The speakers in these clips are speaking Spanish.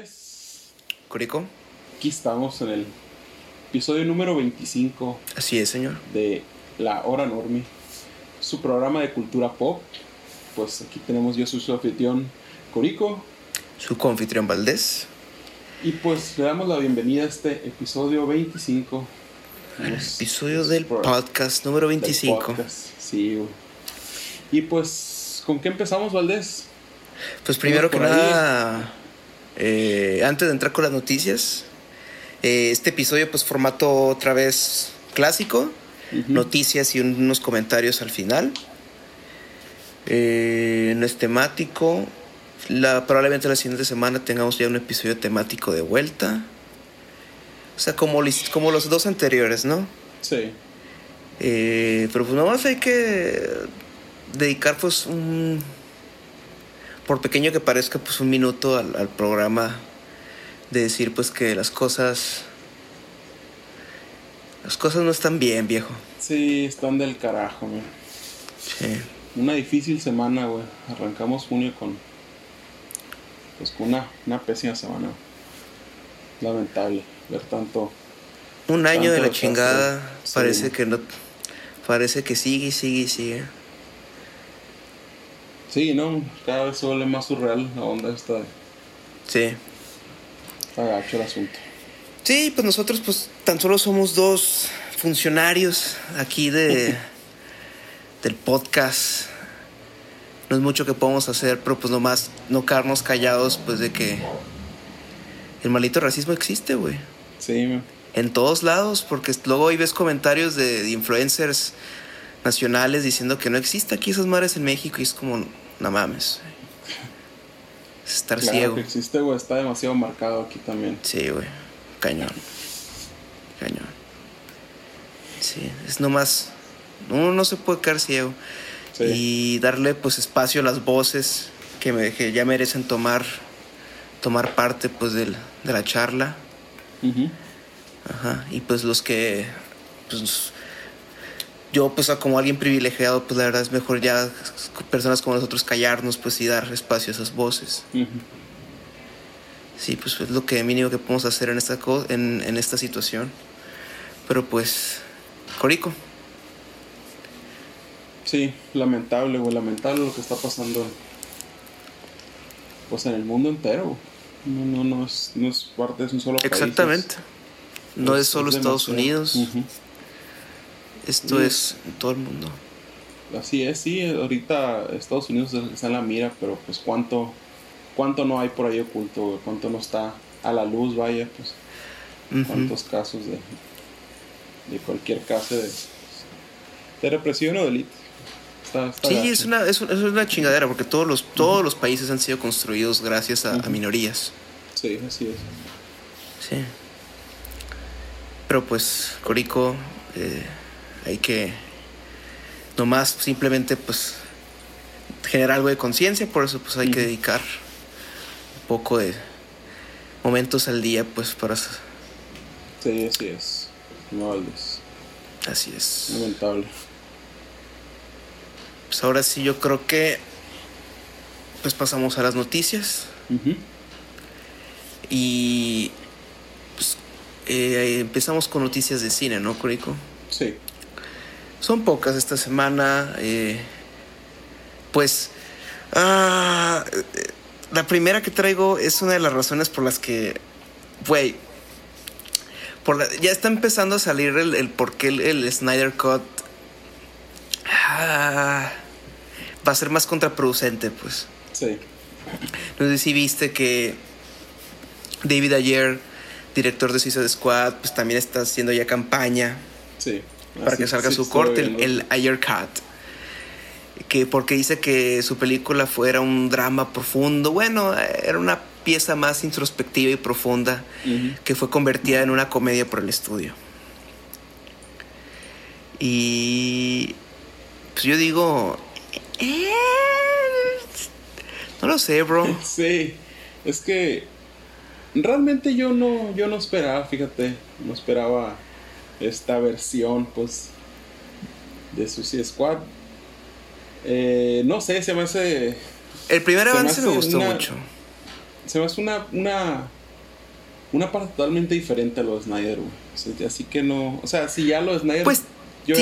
Valdés. Corico. Aquí estamos en el episodio número 25. Así es, señor. De La Hora Normie, su programa de cultura pop. Pues aquí tenemos, yo soy su anfitrión Corico. Su coanfitrión Valdés. Y pues le damos la bienvenida a este episodio 25. Episodio del podcast número 25. Podcast. Sí, güey. Y pues, ¿con qué empezamos, Valdés? Pues primero que nada, antes de entrar con las noticias, este episodio pues formato otra vez clásico, noticias y unos comentarios al final. No es temático. Probablemente la siguiente semana tengamos ya un episodio temático de vuelta. O sea, como los dos anteriores, ¿no? Sí. Pero pues nomás hay que dedicar pues por pequeño que parezca, pues un minuto al programa, de decir pues que las cosas no están bien, viejo. Sí, están del carajo, güey. Sí. Una difícil semana, güey. Arrancamos junio con una pésima semana. Lamentable ver tanto. Un año de la desastre. chingada. Sí, Parece ¿no? que no. Parece que sigue. Sí, ¿no? Cada vez se vuelve más surreal la onda esta de Sí. agacho el asunto. Sí, pues nosotros pues tan solo somos dos funcionarios aquí del podcast. No es mucho que podamos hacer, pero pues nomás no quedarnos callados pues de que el maldito racismo existe, güey. Sí, man. En todos lados, porque luego ahí ves comentarios de influencers nacionales diciendo que no existe aquí esas madres en México y es como, no mames. Es estar Claro ciego. que existe, güey. Está demasiado marcado aquí también. Sí, güey. Cañón. Sí, es nomás. Uno no se puede quedar ciego. Sí. Y darle pues espacio a las voces que ya merecen tomar parte pues de la charla. Uh-huh. Ajá. Y pues los que pues yo pues como alguien privilegiado, pues la verdad es mejor ya personas como nosotros callarnos pues y dar espacio a esas voces. Uh-huh. Sí, pues es lo que mínimo que podemos hacer en esta situación. Pero pues Corico. Sí, lamentable, güey. Lamentable lo que está pasando pues en el mundo entero. No es parte de un solo país. Exactamente. No es solo Estados demasiado. Unidos. Uh-huh. Esto es en todo el mundo. Así es, sí. Ahorita Estados Unidos está en la mira, pero pues cuánto no hay por ahí oculto, güey. Cuánto no está a la luz, vaya, pues. Uh-huh. Cuántos casos de cualquier clase de represión o delito. Está Sí, gacho. es una chingadera porque todos los países han sido construidos gracias a minorías. Sí, así es. Sí. Pero pues, Corico, hay que nomás simplemente pues generar algo de conciencia, por eso pues hay que dedicar un poco de momentos al día pues para... Sí, así es. No, Valdés. Así es. Lamentable. Pues ahora sí yo creo que pues pasamos a las noticias. Uh-huh. Y pues empezamos con noticias de cine, ¿no, Corico? Sí. Son pocas esta semana. Pues la primera que traigo es una de las razones por las que, güey, ya está empezando a salir el por qué el Snyder Cut va a ser más contraproducente, pues. Sí. No sé si viste que David Ayer, director de Suicide Squad, pues también está haciendo ya campaña. Sí. Para que salga su corte, el Ayer Cut. Porque dice que su película fuera un drama profundo. Bueno, era una pieza más introspectiva y profunda, que fue convertida en una comedia por el estudio. Y pues yo digo, no lo sé, bro. Sí, es que realmente yo no esperaba, fíjate, no esperaba esta versión pues de Suicide Squad. No sé, se me hace... El primer avance me gustó mucho. se me hace una parte totalmente diferente a lo de Snyder, güey. O sea, así que no, o sea, si ya lo de Snyder, pues yo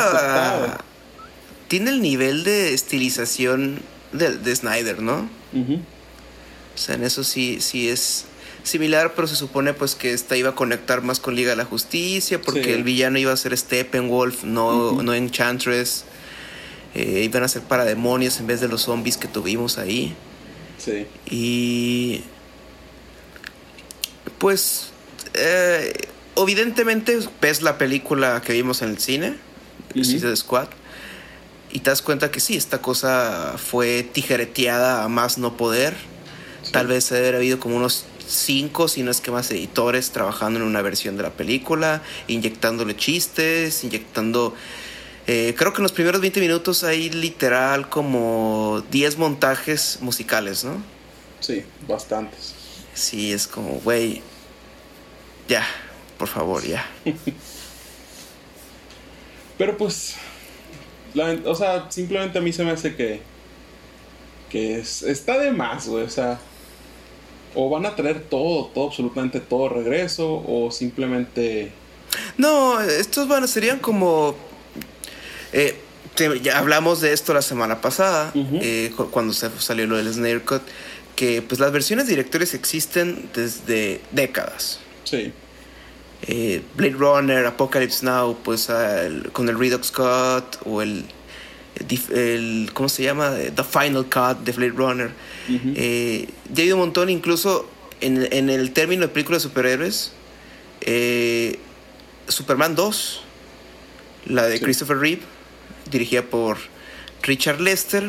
tiene el nivel de estilización de Snyder, ¿no? Uh-huh. O sea, en eso sí es similar, pero se supone pues que esta iba a conectar más con Liga de la Justicia, porque el villano iba a ser Steppenwolf, no Enchantress. Iban a ser parademonios en vez de los zombies que tuvimos ahí. Sí. Y pues evidentemente ves la película que vimos en el cine, Suicide Squad, y te das cuenta que sí, esta cosa fue tijereteada a más no poder. Sí. Tal vez debe haber habido como unos 5, si no es que más, editores trabajando en una versión de la película, inyectándole chistes, creo que en los primeros 20 minutos hay literal como 10 montajes musicales, ¿no? Sí, bastantes. Sí, es como, güey, ya, por favor, ya. Pero pues, o sea, simplemente a mí se me hace que está de más, güey. O sea, o van a traer todo, absolutamente todo regreso, o simplemente... No, estos serían como... ya hablamos de esto la semana pasada, cuando salió lo del Snyder Cut, que pues las versiones directores existen desde décadas. Sí. Blade Runner, Apocalypse Now, pues con el Redux Cut o el ¿cómo se llama? The Final Cut de Blade Runner. Ya ha habido un montón, incluso en el término de películas de superhéroes, Superman 2, la de Christopher Reeve, dirigida por Richard Lester,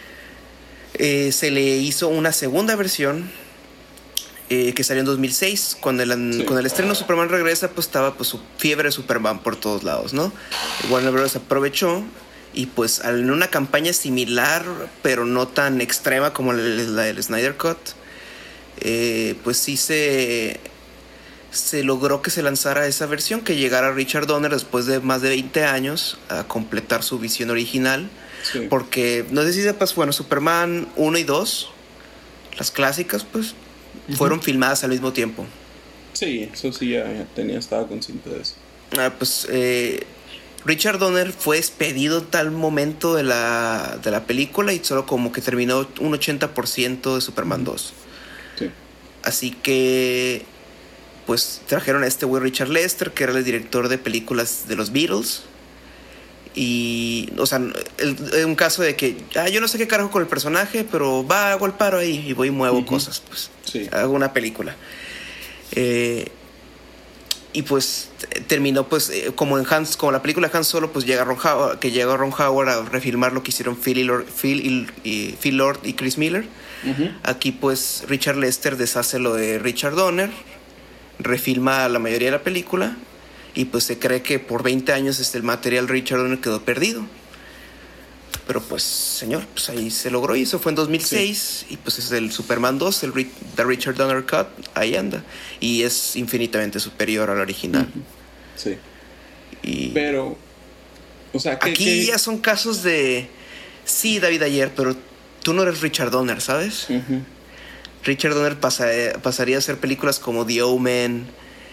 se le hizo una segunda versión que salió en 2006. Con el estreno Superman Regresa, pues estaba pues su fiebre de Superman por todos lados, ¿no? Warner Bros. Aprovechó y pues en una campaña similar, pero no tan extrema como la del Snyder Cut, pues sí se logró que se lanzara esa versión, que llegara Richard Donner después de más de 20 años a completar su visión original. Sí. Porque, no sé si sepas, bueno, Superman 1 y 2, las clásicas, pues, fueron filmadas al mismo tiempo. Sí, eso sí, estaba consciente de eso. Pues, Richard Donner fue despedido en tal momento de la película y solo como que terminó un 80% de Superman 2. Sí. Así que... pues trajeron a este güey Richard Lester, que era el director de películas de los Beatles. Y, o sea, un caso de que yo no sé qué carajo con el personaje, pero hago el paro ahí y voy y muevo cosas, pues. Sí. Hago una película. Y pues terminó, pues, como la película de Han Solo, pues llega Ron Howard a refilmar lo que hicieron Phil Lord y Chris Miller. Aquí, pues, Richard Lester deshace lo de Richard Donner, refilma la mayoría de la película y pues se cree que por 20 años el material de Richard Donner quedó perdido. Pero pues, señor, pues ahí se logró y eso fue en 2006. Sí. Y pues es el Superman 2, The Richard Donner Cut, ahí anda. Y es infinitamente superior al original. Sí. Pero, o sea, aquí ya son casos de... Sí, David Ayer, pero tú no eres Richard Donner, ¿sabes? Richard Donner pasaría a hacer películas como The Omen,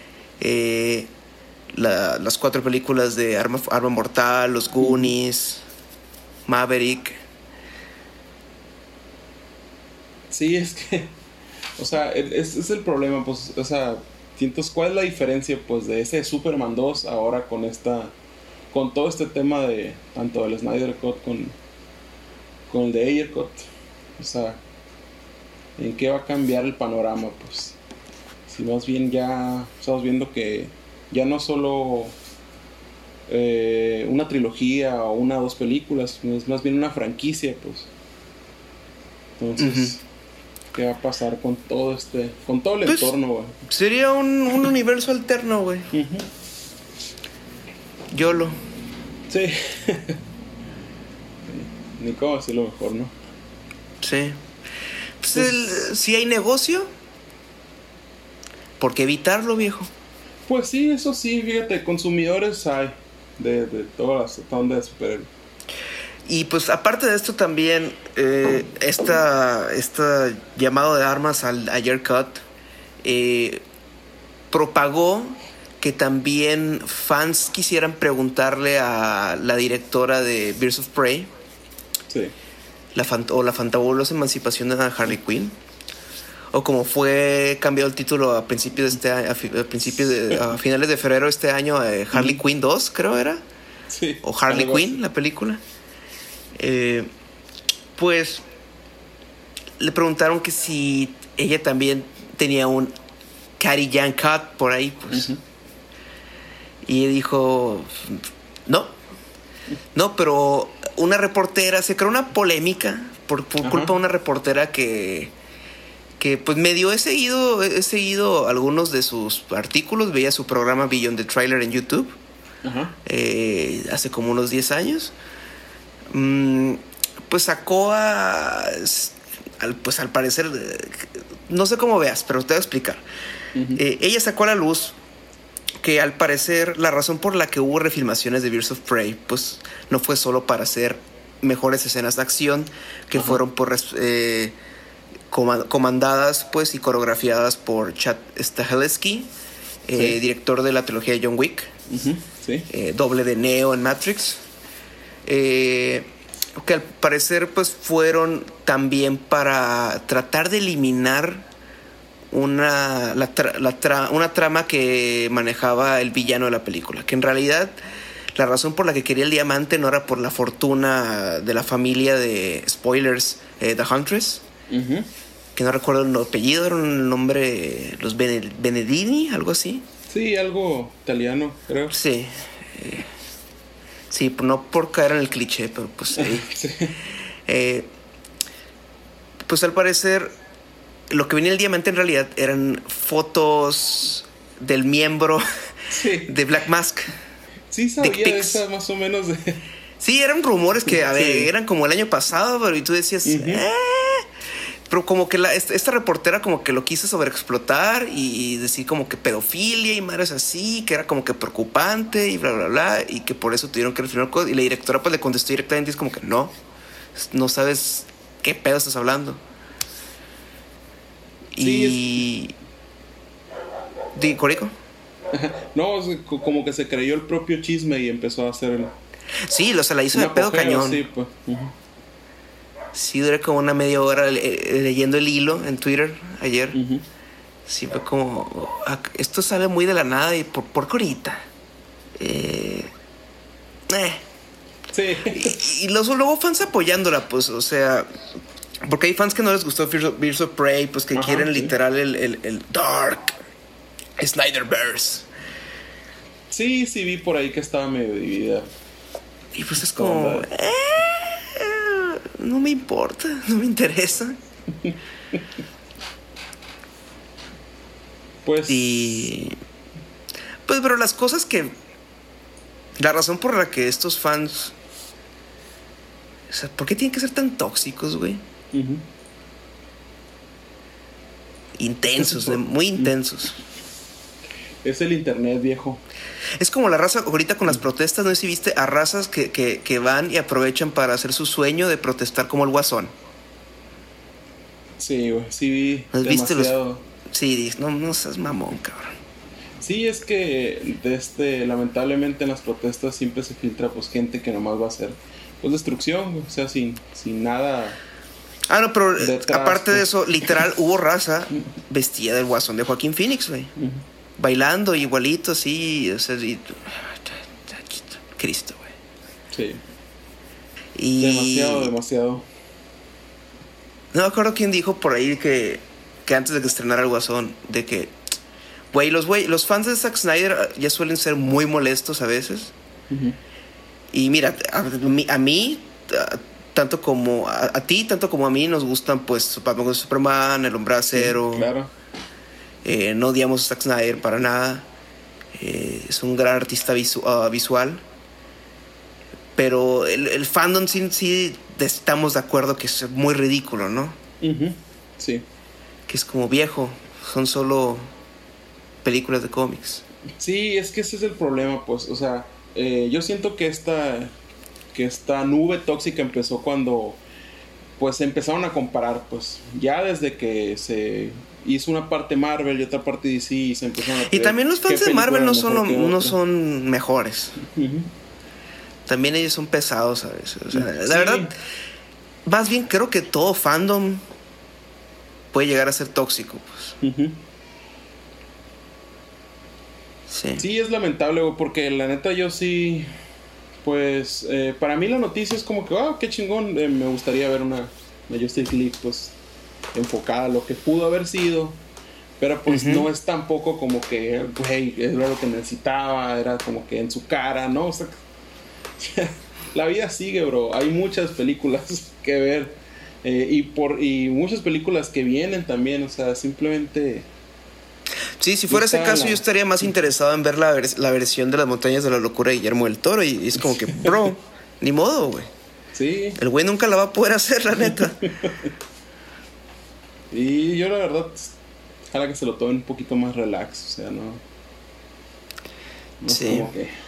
las 4 películas de Arma Mortal, Los Goonies, Maverick. Sí, es que, o sea, es el problema, pues, o sea, entonces, ¿cuál es la diferencia, pues, de ese Superman 2 ahora con todo este tema de tanto del Snyder Cut con el de Ayer Cut? O sea, ¿en qué va a cambiar el panorama? Pues, si más bien ya estamos viendo que ya no solo una trilogía o 1 o 2 películas, es más bien una franquicia, pues. Entonces, ¿qué va a pasar con todo el entorno, güey? Sería un universo alterno, güey. YOLO. Sí. Ni cómo decirlo mejor, ¿no? Sí. Si hay negocio, ¿por qué evitarlo, viejo? Pues sí, eso sí, fíjate, consumidores hay de todas las ondas de superhéroes. Y pues aparte de esto también, esta llamado de armas al Ayer Cut propagó que también fans quisieran preguntarle a la directora de Birds of Prey, sí, la fantabulosa emancipación de Harley Quinn, o como fue cambiado el título a principios de este año, a finales de febrero de este año, Harley Quinn 2, creo era, sí, o Harley Quinn, la película. Pues le preguntaron que si ella también tenía un Catty Yan Cut por ahí, pues. Y ella dijo, no, pero una reportera, se creó una polémica por culpa de una reportera que pues medio he seguido algunos de sus artículos, veía su programa Beyond the Trailer en YouTube, hace como unos 10 años. Pues sacó pues al parecer, no sé cómo veas, pero te voy a explicar. Ella sacó a la luz que al parecer la razón por la que hubo refilmaciones de Birds of Prey pues no fue solo para hacer mejores escenas de acción que fueron comandadas pues y coreografiadas por Chad Stahelski, director de la trilogía de John Wick, doble de Neo en Matrix, que al parecer pues fueron también para tratar de eliminar una trama que manejaba el villano de la película, que en realidad la razón por la que quería el diamante no era por la fortuna de la familia de spoilers, The Huntress, que no recuerdo el apellido, era un nombre, los Benedini, algo así. Sí, algo italiano, creo. Sí. Sí, no por caer en el cliché, pero pues sí. Pues al parecer lo que venía el diamante en realidad eran fotos del miembro de Black Mask. Sí, sabía de esa más o menos de... Sí, eran rumores que eran como el año pasado, pero y tú decías, pero como que esta reportera como que lo quiso sobreexplotar y decir como que pedofilia y madres así, que era como que preocupante y bla, bla, bla, y que por eso tuvieron que refilmar cosas. Y la directora pues le contestó directamente, es como que no sabes qué pedo estás hablando. Sí, ¿Y Corico? No, como que se creyó el propio chisme y empezó a hacer sí, o sea, la hizo de pedo cañón. Sí, pues. Sí, duré como una media hora leyendo el hilo en Twitter ayer. Sí, fue como esto sale muy de la nada y por qué ahorita. Sí. Y luego fans apoyándola, pues, o sea, porque hay fans que no les gustó Birds of Prey, pues que quieren literal el Dark Snyderverse. Sí, vi por ahí que estaba medio dividida. Y pues es como no me importa, no me interesa. Pues pero las cosas que la razón por la que estos fans, o sea, ¿por qué tienen que ser tan tóxicos, güey? Intensos, muy intensos. Es el internet, viejo. Es como la raza ahorita con las protestas, no sé si viste a razas que van y aprovechan para hacer su sueño de protestar como el Guasón. Sí, güey, sí vi demasiado. Sí, no seas mamón, cabrón. Sí, es que lamentablemente en las protestas siempre se filtra pues gente que nomás va a hacer pues destrucción, güey. O sea, sin nada. No, pero detrás, aparte pues. de eso, literal hubo raza vestida del Guasón de Joaquín Phoenix, güey. Bailando igualito, así, o sea, Cristo, güey. Sí. Y demasiado. No me acuerdo quién dijo por ahí que antes de que estrenara el Guasón, de que, los fans de Zack Snyder ya suelen ser muy molestos a veces. Y mira, a mí, tanto como a ti, tanto como a mí, nos gustan, pues, Batman vs Superman, El Hombre de Acero. Sí, claro. No odiamos a Zack Snyder para nada. Es un gran artista visual. Pero el fandom sí estamos de acuerdo que es muy ridículo, ¿no? Sí. Que es como viejo. Son solo películas de cómics. Sí, es que ese es el problema, pues. O sea, yo siento que que esta nube tóxica empezó cuando pues se empezaron a comparar, pues ya desde que se hizo una parte Marvel y otra parte DC y se empezaron a... Y también los fans de Marvel no son mejores. Uh-huh. También ellos son pesados a veces. O sea, la verdad, más bien creo que todo fandom puede llegar a ser tóxico, pues. Uh-huh. Sí, es lamentable, güey, porque la neta yo sí, pues, para mí la noticia es como que, qué chingón, me gustaría ver una Justice League, pues, enfocada a lo que pudo haber sido, pero pues no es tampoco como que, güey, es lo que necesitaba, era como que en su cara, ¿no? O sea, la vida sigue, bro, hay muchas películas que ver, y muchas películas que vienen también, o sea, simplemente... Sí, si fuera ese caso yo estaría más interesado en ver la versión de Las Montañas de la Locura de Guillermo del Toro y es como que, bro, ni modo, güey. Sí. El güey nunca la va a poder hacer, la neta. Y yo la verdad, ojalá que se lo tomen un poquito más relax, o sea, no sí. Es como que...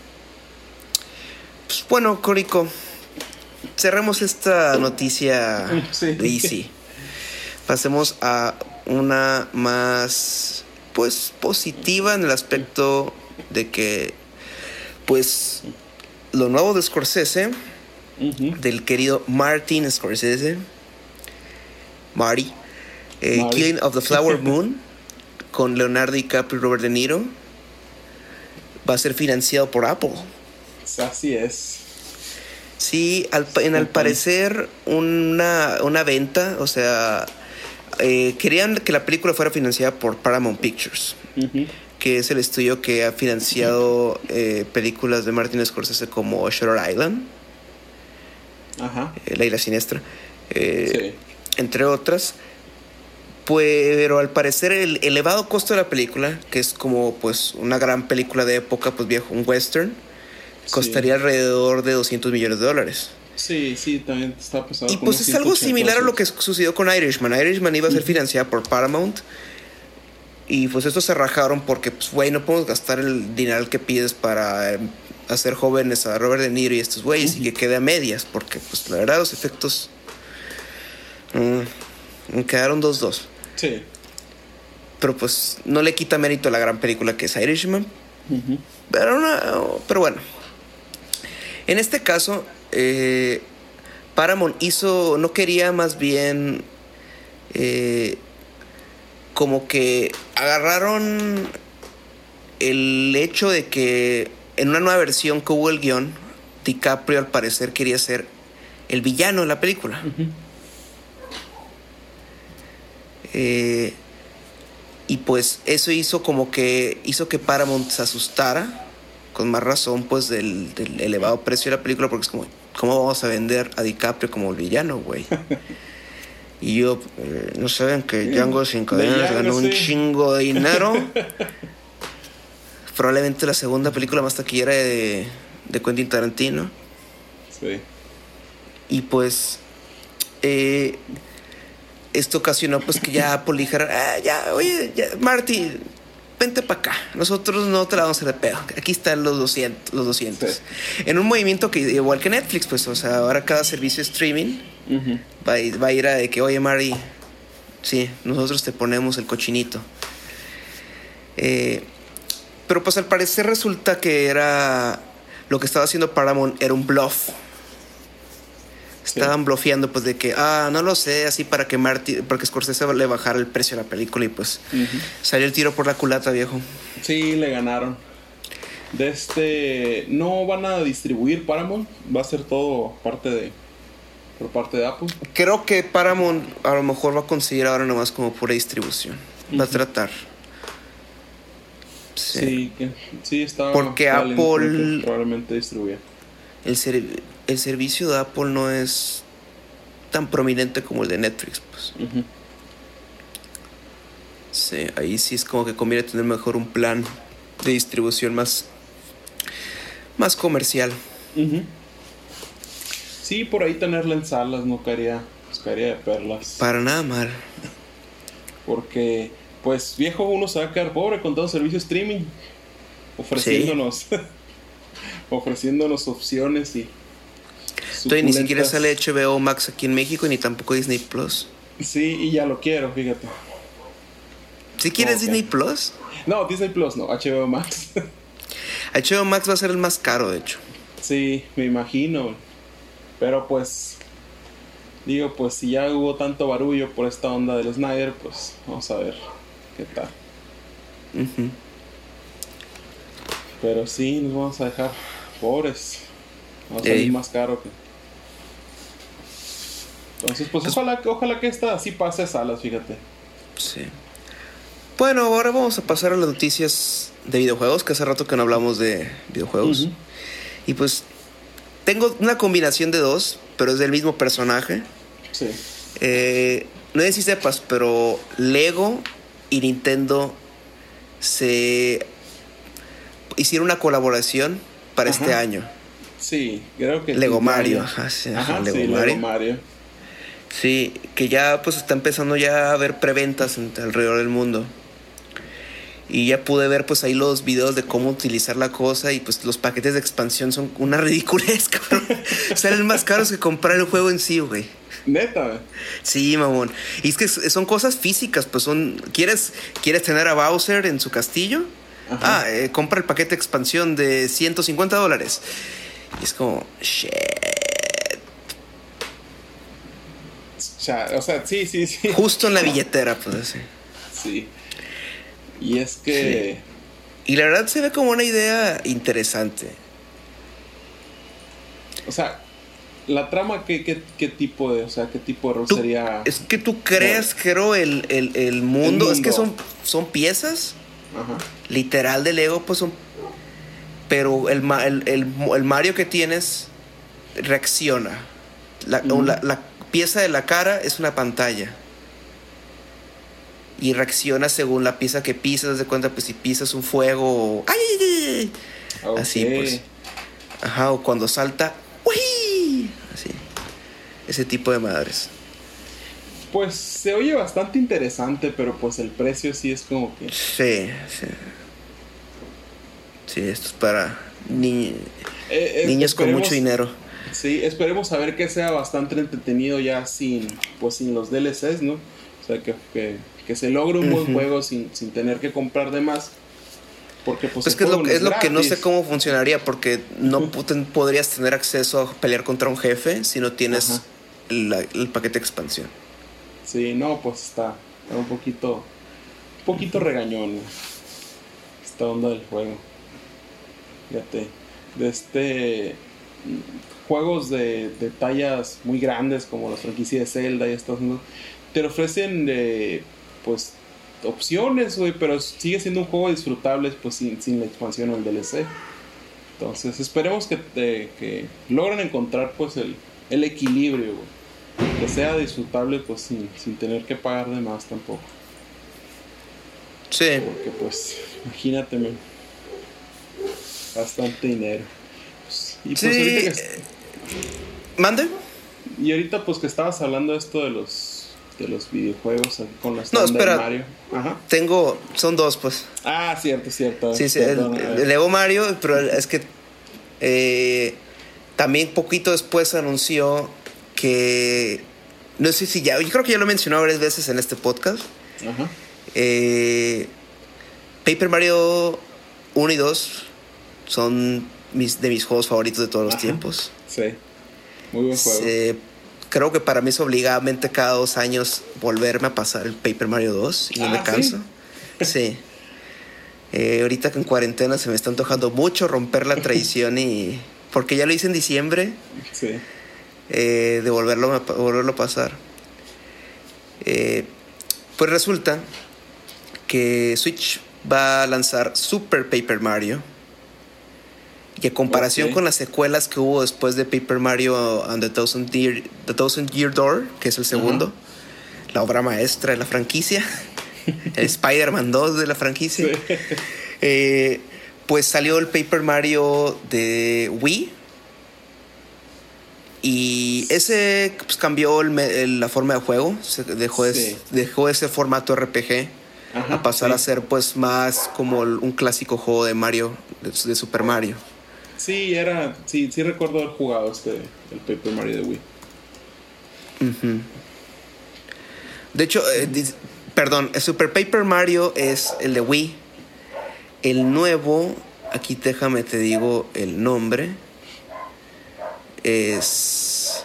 Pues bueno, Corico, cerremos esta noticia de DC. Pasemos a una más, pues, positiva en el aspecto de que, pues, lo nuevo de Scorsese, del querido Martin Scorsese, Marty. Killing of the Flower Moon, con Leonardo DiCaprio y Robert De Niro, va a ser financiado por Apple. Así es. Sí, al parecer una venta, o sea, querían que la película fuera financiada por Paramount Pictures, que es el estudio que ha financiado películas de Martin Scorsese como Shutter Island, La Isla Siniestra, entre otras. Pero al parecer el elevado costo de la película, que es como pues una gran película de época, pues viejo, un western, costaría alrededor de $200 millones. Sí, también está pesado. Y pues es algo similar a lo que sucedió con Irishman. Irishman iba a ser financiada por Paramount. Y pues estos se rajaron porque, pues, güey, no podemos gastar el dinero que pides para hacer jóvenes a Robert De Niro y estos güeyes y que quede a medias. Porque, pues, la verdad, los efectos quedaron 2-2. Sí. Pero, pues, no le quita mérito a la gran película que es Irishman. Pero bueno. En este caso, Paramount no quería más bien como que agarraron el hecho de que en una nueva versión que hubo el guión, DiCaprio al parecer quería ser el villano de la película. Y pues eso hizo que Paramount se asustara, con más razón, pues, del elevado precio de la película, porque es como, ¿cómo vamos a vender a DiCaprio como el villano, güey? Y yo, ¿no saben que Django sin cadenas ganó un chingo de dinero? Probablemente la segunda película más taquillera de Quentin Tarantino. Sí. Y pues esto ocasionó pues que ya Apple dijera, Marty, vente para acá, nosotros no te la vamos a hacer de pedo, aquí están los 200. Sí. En un movimiento que igual que Netflix, pues, o sea, ahora cada servicio de streaming va a ir a de que, oye, Marty, sí, nosotros te ponemos el cochinito. Pero pues al parecer resulta que lo que estaba haciendo Paramount era un bluff. Estaban blofeando, pues, de que, no lo sé, así para que Scorsese le bajara el precio a la película y pues salió el tiro por la culata, viejo. Sí, le ganaron. No van a distribuir Paramount, va a ser todo por parte de Apple. Creo que Paramount a lo mejor va a conseguir ahora nomás como pura distribución. Va a tratar. Sí, estaba. Porque Apple probablemente distribuya. El servicio de Apple no es tan prominente como el de Netflix, pues. Sí, ahí sí es como que conviene tener mejor un plan de distribución más comercial. Sí, por ahí tenerla en salas no caería de perlas. Para nada mal. Porque, pues, viejo, uno se va a quedar pobre con todo servicio streaming ofreciéndonos opciones y Entonces ni siquiera sale HBO Max aquí en México ni tampoco Disney Plus. Sí, y ya lo quiero, fíjate. ¿Sí quieres Disney Plus? No, Disney Plus no, HBO Max. HBO Max va a ser el más caro, de hecho. Sí, me imagino. Pero pues, digo, pues si ya hubo tanto barullo por esta onda del Snyder, pues vamos a ver qué tal. Pero sí, nos vamos a dejar pobres. Vamos a salir más caro que... Entonces, pues ojalá que esta sí pase a salas, fíjate. Sí. Bueno, ahora vamos a pasar a las noticias de videojuegos, que hace rato que no hablamos de videojuegos. Y pues tengo una combinación de dos, pero es del mismo personaje. Sí. No sé si sepas, pero Lego y Nintendo se hicieron una colaboración para este año. Sí, creo que Lego Mario. Lego Mario. Sí, que ya pues está empezando ya a haber preventas alrededor del mundo. Y ya pude ver pues ahí los videos de cómo utilizar la cosa. Y pues los paquetes de expansión son una ridiculez, cabrón. Salen más caros que comprar el juego en sí, güey. Neta, güey. Sí, mamón. Y es que son cosas físicas, pues son... ¿Quieres tener a Bowser en su castillo? Compra el paquete de expansión de $150. Y es como... shit. O sea, sí. Justo en la billetera, pues así. Sí. Y es que... Sí. Y la verdad se ve como una idea interesante. O sea, la trama, ¿qué tipo de... O sea, qué tipo de rol sería? Es que tú creas, creo, el mundo. Es que son piezas. Literal de Lego, pues son... Pero el Mario que tienes reacciona. La pieza de la cara es una pantalla. Y reacciona según la pieza que pisas. De cuenta, pues si pisas un fuego... ¡Ay! Okay. Así, pues. O cuando salta... ¡Uy! Así. Ese tipo de madres. Pues se oye bastante interesante, pero pues el precio sí es como que... Sí. Sí, esto es para niños con mucho dinero. Sí, esperemos a ver que sea bastante entretenido ya sin los DLCs, ¿no? O sea, que se logre un buen juego sin tener que comprar de más. Porque pues es que es lo que no sé cómo funcionaría, porque no podrías tener acceso a pelear contra un jefe si no tienes el paquete de expansión. Sí, no, pues está un poquito regañón, ¿no? Esta onda del juego. Fíjate, juegos de tallas muy grandes como la franquicia de Zelda y estos, ¿no? Te ofrecen pues opciones, güey, pero sigue siendo un juego disfrutable pues sin la expansión o el DLC. Entonces esperemos que logren encontrar pues el equilibrio, güey, que sea disfrutable pues sin tener que pagar de más tampoco. Sí. Porque pues imagínate, man, bastante dinero. Y pues ahorita ¿Mande? Y ahorita pues que estabas hablando de esto de los videojuegos con la stand de Mario. Son dos, pues. Cierto. Sí, el Lego Mario, pero es que también poquito después anunció que... No sé si yo creo que ya lo he mencionado varias veces en este podcast. Paper Mario 1 y 2 son de mis juegos favoritos de todos los tiempos. Sí, muy buen juego. Creo que para mí es obligadamente cada 2 años volverme a pasar el Paper Mario 2 y no me canso. Sí. Ahorita que en cuarentena se me está antojando mucho romper la tradición porque ya lo hice en diciembre. Sí. De volverlo a pasar. Pues resulta que Switch va a lanzar Super Paper Mario. Y en comparación con las secuelas que hubo después de Paper Mario and the Thousand Year Door, que es el segundo, la obra maestra de la franquicia, el Spider-Man 2 de la franquicia, pues salió el Paper Mario de Wii. Y ese pues, cambió la forma de juego. Dejó ese formato RPG a pasar a ser pues más como un clásico juego de Mario, de Super Mario. Sí, sí recuerdo haber jugado el Paper Mario de Wii. Uh-huh. De hecho, perdón, el Super Paper Mario es el de Wii. El nuevo, aquí déjame te digo el nombre. Es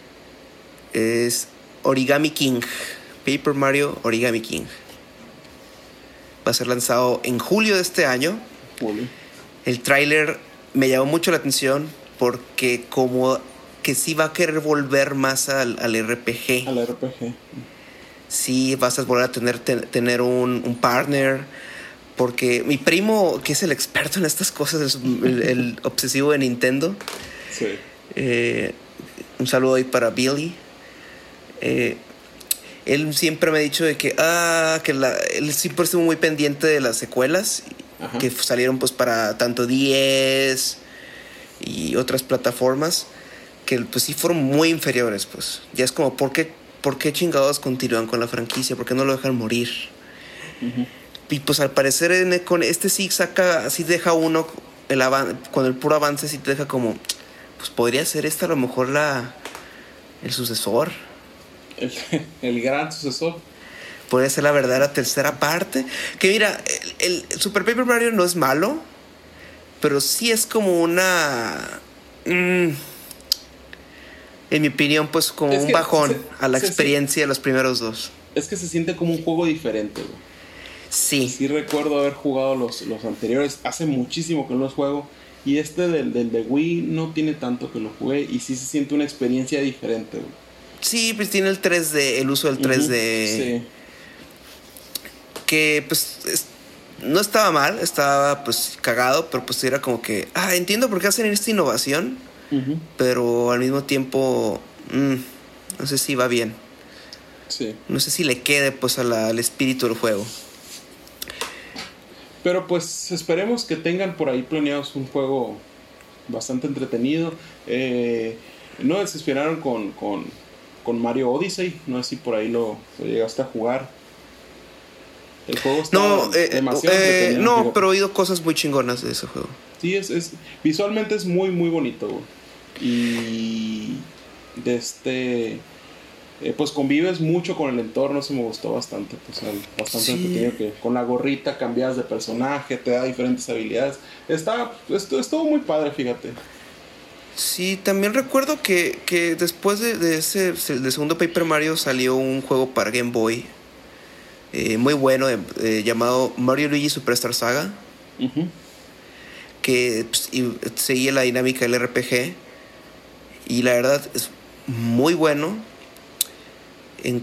Origami King. Paper Mario Origami King. Va a ser lanzado en julio de este año. Julio. El tráiler me llamó mucho la atención porque como que sí va a querer volver más al RPG. Al RPG. Sí, vas a volver a tener un partner. Porque mi primo, que es el experto en estas cosas, es el obsesivo de Nintendo. Sí. Un saludo ahí para Billy. Él siempre me ha dicho de que él siempre estuvo muy pendiente de las secuelas. Ajá. Que salieron pues para tanto 10 y otras plataformas que pues sí fueron muy inferiores. Pues ya es como ¿por qué chingados continúan con la franquicia? ¿Por qué no lo dejan morir? Uh-huh. Y pues al parecer con este sí deja uno con el puro avance sí te deja como pues podría ser a lo mejor el sucesor, el gran sucesor. Podría ser la verdadera tercera parte. Que mira, el Super Paper Mario no es malo, pero sí es como en mi opinión, pues como un bajón a la experiencia de los primeros dos. Es que se siente como un juego diferente, güey. Sí. Sí recuerdo haber jugado los anteriores. Hace muchísimo que no los juego. Y del de Wii no tiene tanto que lo jugué. Y sí se siente una experiencia diferente, güey. Sí, pues tiene el 3D, el uso del 3D. Sí. Que pues no estaba mal, estaba pues cagado, pero pues era como que entiendo por qué hacen esta innovación, uh-huh. Pero al mismo tiempo no sé si va bien. Sí. No sé si le quede pues al espíritu del juego. Pero pues esperemos que tengan por ahí planeados un juego bastante entretenido. No desesperaron con Mario Odyssey. No sé si por ahí lo llegaste a jugar. El juego está demasiado entretenido. No, pero he oído cosas muy chingonas de ese juego. Sí, visualmente es muy, muy bonito, güey. Y pues convives mucho con el entorno. Eso me gustó bastante. Pues bastante entretenido, que con la gorrita cambias de personaje, te da diferentes habilidades. Estuvo muy padre, fíjate. Sí, también recuerdo que después de ese del segundo Paper Mario salió un juego para Game Boy muy bueno, llamado Mario Luigi Superstar Saga. Uh-huh. Que pues, seguía la dinámica del RPG. Y la verdad es muy bueno. En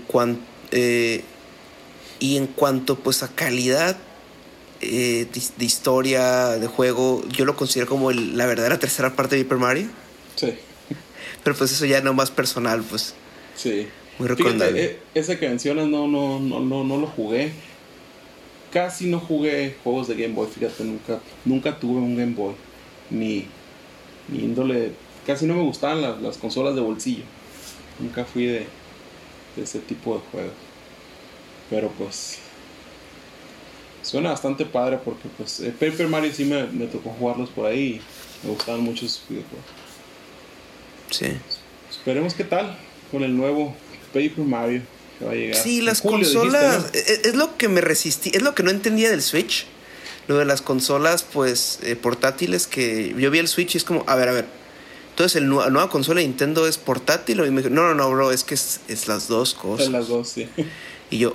cuanto pues a calidad de historia, de juego, yo lo considero como la verdadera tercera parte de Paper Mario. Sí. Pero pues eso ya no más personal, pues. Sí. Muy recomendable. Fíjate, ese que mencionas no lo jugué. Casi no jugué juegos de Game Boy, fíjate, nunca tuve un Game Boy. Ni índole. Casi no me gustaban las consolas de bolsillo. Nunca fui de ese tipo de juegos. Pero pues suena bastante padre porque pues Paper Mario sí me tocó jugarlos por ahí. Me gustaban mucho esos videojuegos. Sí. Esperemos qué tal con el nuevo Paper Mario que va a llegar. Sí, las consolas, dijiste, ¿no? Es lo que me resistí, es lo que no entendía del Switch. Lo de las consolas pues portátiles, que yo vi el Switch y es como, a ver. Entonces la nueva consola de Nintendo es portátil. Y me dijo, no, bro, es que es las dos cosas. Es las dos, sí. Y yo,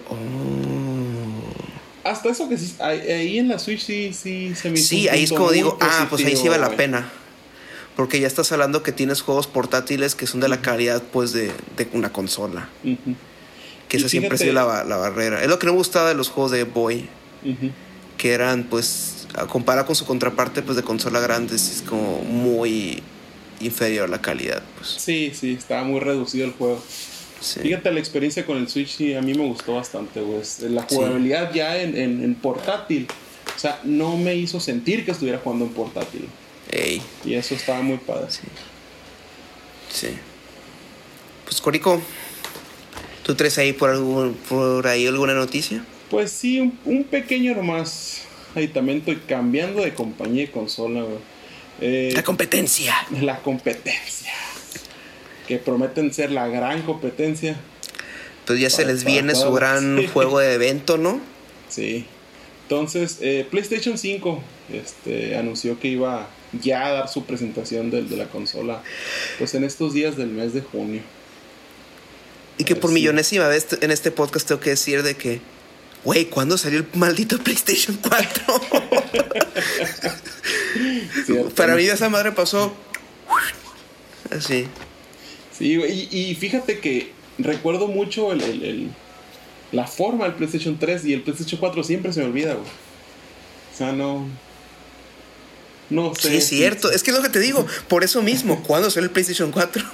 Hasta eso que sí, ahí en la Switch sí se me hizo. Sí, ahí es como digo, pues ahí sí vale la pena. Porque ya estás hablando que tienes juegos portátiles que son de la calidad pues de una consola. Uh-huh. Que esa siempre ha sido la barrera. Es lo que no me gustaba de los juegos de Boy. Uh-huh. Que eran pues, comparado con su contraparte pues de consola grande, es como muy inferior la calidad, pues. Sí, estaba muy reducido el juego. Sí. Fíjate, la experiencia con el Switch sí, a mí me gustó bastante, güey. La jugabilidad ya en portátil, o sea, no me hizo sentir que estuviera jugando en portátil. Ey. Y eso estaba muy padre. Sí. Pues Corico, ¿tú traes ahí por ahí alguna noticia? Pues sí, un pequeño nomás aditamento y cambiando de compañía y consola, güey. La competencia. La competencia. Que prometen ser la gran competencia. Pues ya se les viene su gran juego de evento, ¿no? Sí. Entonces, PlayStation 5 anunció que iba ya a dar su presentación de la consola, pues en estos días del mes de junio. Y que por millonésima vez en este podcast tengo que decir de que, güey, ¿cuándo salió el maldito PlayStation 4? Para mí esa madre pasó así. Sí, y fíjate que recuerdo mucho la forma del PlayStation 3 y el PlayStation 4 siempre se me olvida, güey. O sea, no sé. Sí, es cierto. Es que es lo que te digo. Por eso mismo, ¿cuándo salió el PlayStation 4?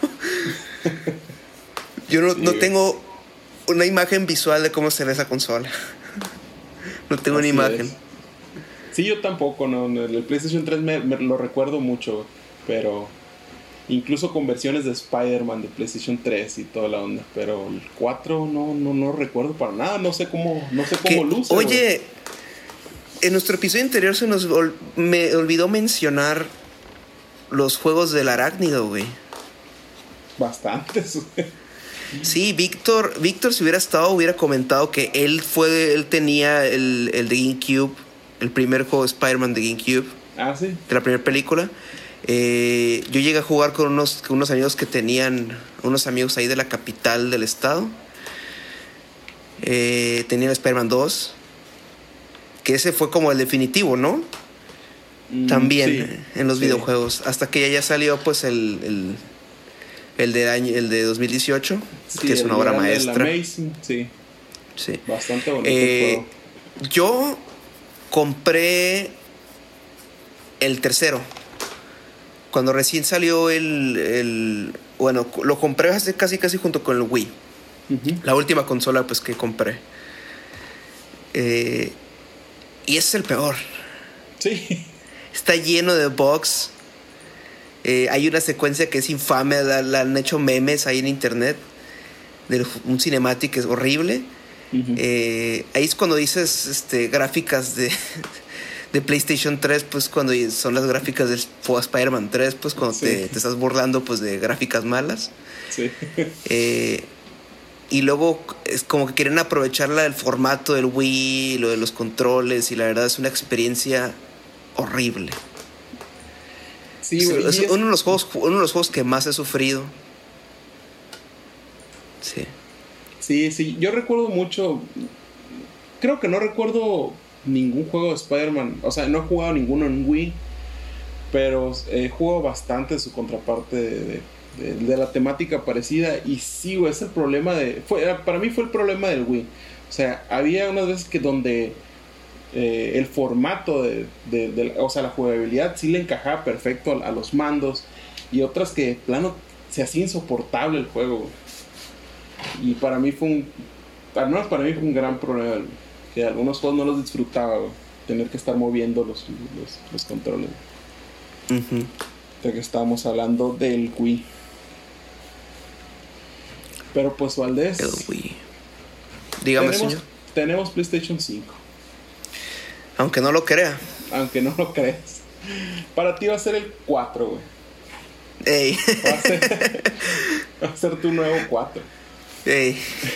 Yo no tengo una imagen visual de cómo será esa consola. No tengo una imagen. Es. Sí, yo tampoco, no. El PlayStation 3 me lo recuerdo mucho, pero incluso con versiones de Spider-Man de PlayStation 3 y toda la onda, pero el 4 no recuerdo para nada, no sé cómo luce. Oye, en nuestro episodio anterior me olvidó mencionar los juegos del Arácnido, güey. Bastantes. Sí, Víctor si hubiera estado hubiera comentado que él tenía el de GameCube, el primer juego de Spider-Man de GameCube. Ah, sí. De la primera película. Yo llegué a jugar con unos amigos que tenían, unos amigos ahí de la capital del estado. Tenían el Spider-Man 2, que ese fue como el definitivo, ¿no? También en los videojuegos, hasta que ya salió pues el de 2018, que es una obra maestra. Amazing, sí. Bastante bonito el juego. Yo compré el tercero cuando recién salió bueno, lo compré casi junto con el Wii. La última consola pues que compré. Y ese es el peor. Sí. Está lleno de bugs. Hay una secuencia que es infame, la han hecho memes ahí en internet, de un cinematic que es horrible. Ahí es cuando dices gráficas de PlayStation 3, pues cuando son las gráficas del Spider-Man 3, pues cuando te estás burlando pues de gráficas malas. Sí. Y luego es como que quieren aprovechar el formato del Wii, lo de los controles, y la verdad es una experiencia horrible. Sí, es uno de los juegos que más he sufrido. Sí, yo recuerdo mucho. Creo que no recuerdo ningún juego de Spider-Man. O sea, no he jugado ninguno en Wii, pero he jugado bastante su contraparte de la temática parecida. Y sí, güey, es el problema para mí fue el problema del Wii. O sea, había unas veces que donde el formato o sea, la jugabilidad sí le encajaba perfecto a los mandos, y otras que de plano se hacía insoportable el juego. Y para mí al menos para mí fue un gran problema, que algunos juegos no los disfrutaba, güey, tener que estar moviendo los controles. De que estábamos hablando del Wii. Pero pues, Valdés, el Wii. Dígame, señor. Tenemos PlayStation 5. Aunque no lo crea. Aunque no lo creas. Para ti va a ser el 4, güey. Ey. Va a ser tu nuevo 4. Ey.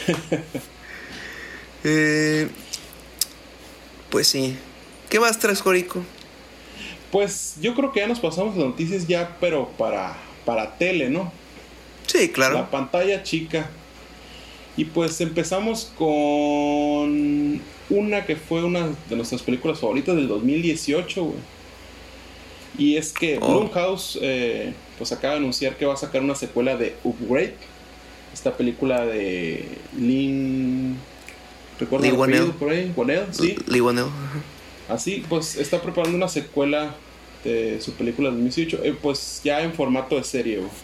Pues sí. ¿Qué más traes, Jorico? Pues yo creo que ya nos pasamos las noticias ya, pero para tele, ¿no? Sí, claro. La pantalla chica. Y pues empezamos con una que fue una de nuestras películas favoritas del 2018, güey. Y es que Blumhouse pues acaba de anunciar que va a sacar una secuela de Upgrade. Esta película de Lee Whannell. Por ahí, Whannell, sí. Lee Whannell. Así, pues está preparando una secuela de su película del 2018, pues ya en formato de serie, güey.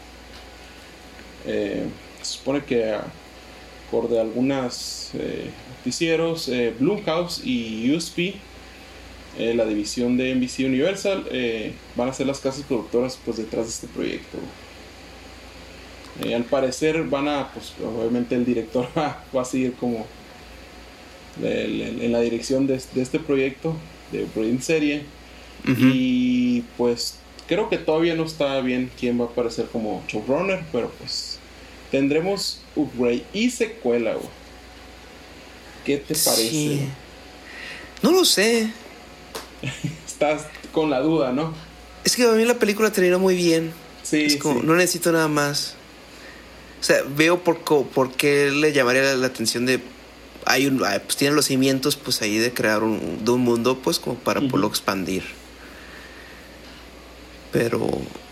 Se supone que acorde a algunos noticieros, Blumhouse y USP, la división de NBC Universal, van a ser las casas productoras pues detrás de este proyecto. Al parecer pues obviamente el director va a seguir como en la dirección de este proyecto, de proyecto en serie. Y pues creo que todavía no está bien quién va a aparecer como showrunner, pero pues tendremos upgrade y secuela, güey. ¿Qué te parece? Sí. No lo sé. Estás con la duda, ¿no? Es que a mí la película terminó muy bien. Sí, es como, sí. no necesito nada más. O sea, veo por qué le llamaría la atención de... pues tienen los cimientos pues ahí de crear un mundo pues como para poderlo expandir. Pero...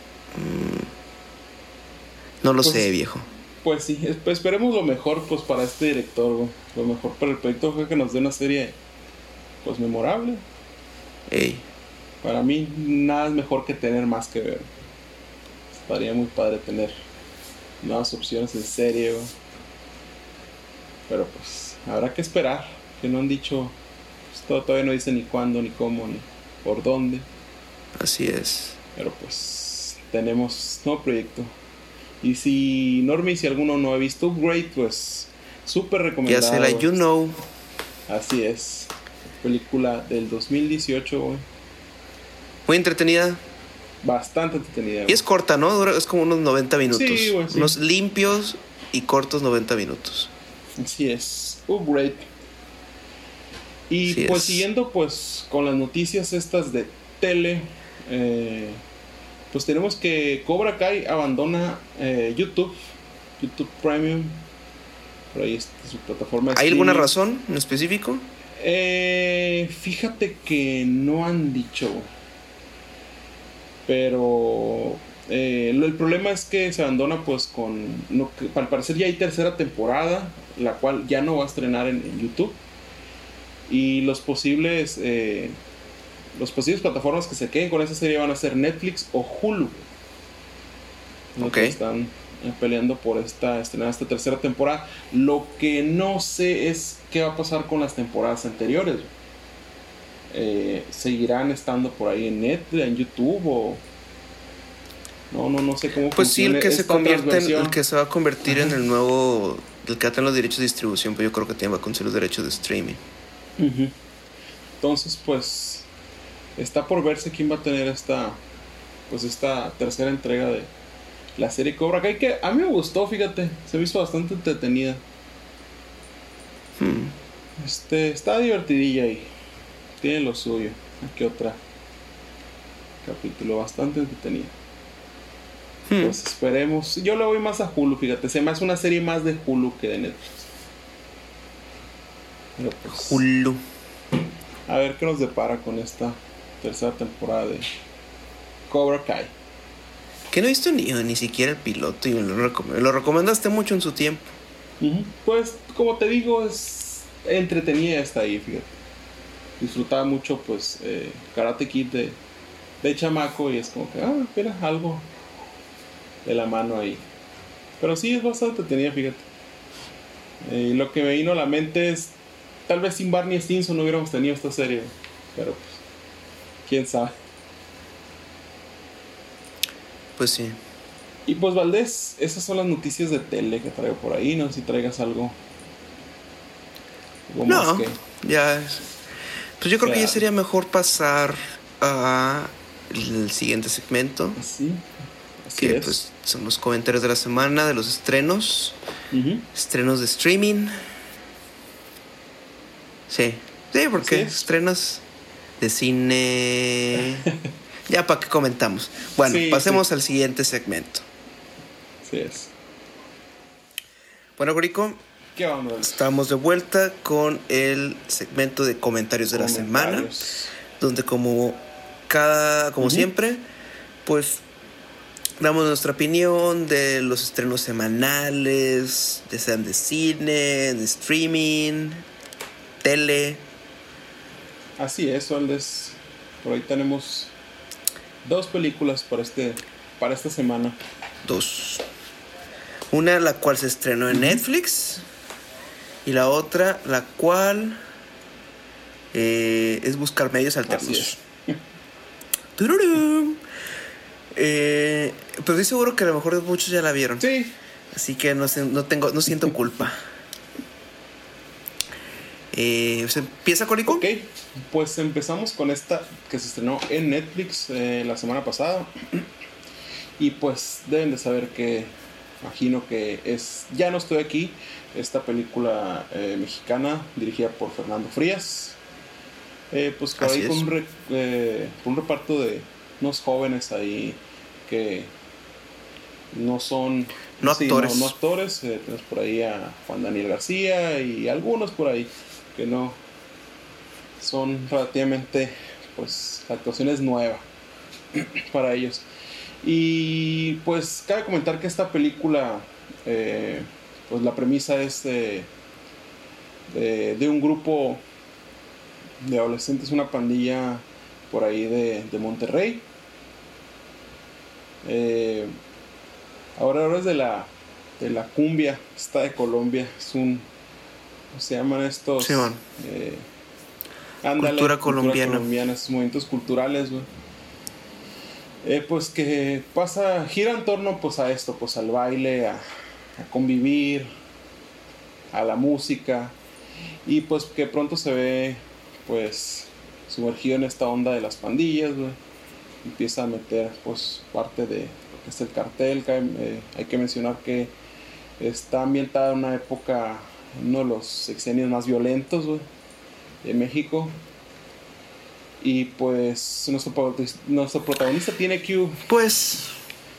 no lo sé, viejo. Pues sí, esperemos lo mejor pues para este director, güey. Lo mejor para el proyecto fue que nos dé una serie pues memorable. Ey. Para mí nada es mejor que tener más que ver. Estaría muy padre tener nuevas opciones en serie, güey. Pero pues habrá que esperar. Que no han dicho, pues, todavía no dicen ni cuándo, ni cómo, ni por dónde. Así es. Pero pues tenemos nuevo proyecto. Y si Normie, si alguno no ha visto Upgrade, pues súper recomendado. Ya se la you know. Así es. Película del 2018, güey. Muy entretenida. Bastante entretenida, güey. Y es corta, ¿no? Es como unos 90 minutos. Sí, güey, sí. Unos limpios y cortos 90 minutos. Así es. Upgrade. Y sí pues siguiendo pues con las noticias estas de tele, pues tenemos que Cobra Kai abandona YouTube Premium. Por ahí está su plataforma de ¿Hay alguna razón en específico? Fíjate que no han dicho. Pero el problema es que se abandona pues con... No, que, al parecer ya hay tercera temporada, la cual ya no va a estrenar en YouTube. Y los posibles plataformas que se queden con esa serie van a ser Netflix o Hulu. Okay. Están peleando por estrenar esta tercera temporada. Lo que no sé es qué va a pasar con las temporadas anteriores. ¿Seguirán estando por ahí en Netflix, en YouTube o...? No sé cómo pues sí, el que se convierte el que se va a convertir Ajá. en el nuevo, el que tenga los derechos de distribución, pues yo creo que también va a conseguir los derechos de streaming. Entonces pues está por verse quién va a tener esta tercera entrega de la serie Cobra Kai, que a mí me gustó, fíjate, se me hizo bastante entretenida. Está divertidilla y tiene lo suyo. Aquí otra capítulo bastante entretenido. Pues esperemos. Yo le voy más a Hulu, fíjate. Se me hace una serie más de Hulu que de Netflix. Pero pues, Hulu. A ver qué nos depara con esta tercera temporada de Cobra Kai. Que no he visto ni siquiera el piloto y lo recomendaste mucho en su tiempo. Pues como te digo, es entretenida hasta ahí, fíjate. Disfrutaba mucho pues Karate Kid de chamaco y es como que mira, algo de la mano ahí. Pero sí es bastante entretenida, fíjate. Lo que me vino a la mente es tal vez sin Barney Stinson no hubiéramos tenido esta serie, pero pues quién sabe. Pues sí. Y pues Valdés, esas son las noticias de tele que traigo por ahí. No sé si traigas algo no, más que... ya es. Pues yo creo que ya sería mejor pasar a el siguiente segmento. Así que es. Pues son los comentarios de la semana, de los estrenos. Estrenos de streaming. Sí, porque estrenos de cine. Ya para qué comentamos. Bueno, pasemos al siguiente segmento. Así es. Bueno, Gorico, ¿qué onda? Estamos de vuelta con el segmento de comentarios de la semana, donde como siempre, pues damos nuestra opinión de los estrenos semanales, ya sean de cine, de streaming, tele. Así es, Valdés. Por ahí tenemos 2 películas para esta semana. 2. Una la cual se estrenó en Netflix y la otra la cual es Buscar Medios Alternos. Pero estoy seguro que a lo mejor muchos ya la vieron. Sí. Así que no siento culpa. ¿Se empieza con Ico? Ok, pues empezamos con esta que se estrenó en Netflix la semana pasada. Y pues deben de saber que, imagino que es Ya no estoy aquí, esta película mexicana dirigida por Fernando Frías. Pues por Así ahí es. con un reparto de unos jóvenes ahí que no son No actores. No actores. Tenemos por ahí a Juan Daniel García y algunos por ahí que no son relativamente, pues la actuación es nueva para ellos. Y pues cabe comentar que esta película, pues la premisa es de un grupo de adolescentes, una pandilla por ahí de Monterrey. Ahora es de la cumbia, está de Colombia, es un, ¿cómo se llaman estos? Sí, man. Cultura colombiana. Estos movimientos culturales, güey. Pues que gira en torno pues a esto, pues al baile, a convivir, a la música, y pues que pronto se ve pues sumergido en esta onda de las pandillas, güey. Empieza a meter pues parte de lo que es el cartel. Hay que mencionar que está ambientada en una época, uno de los sexenios más violentos, güey, de México. Y pues nuestro protagonista tiene que... Pues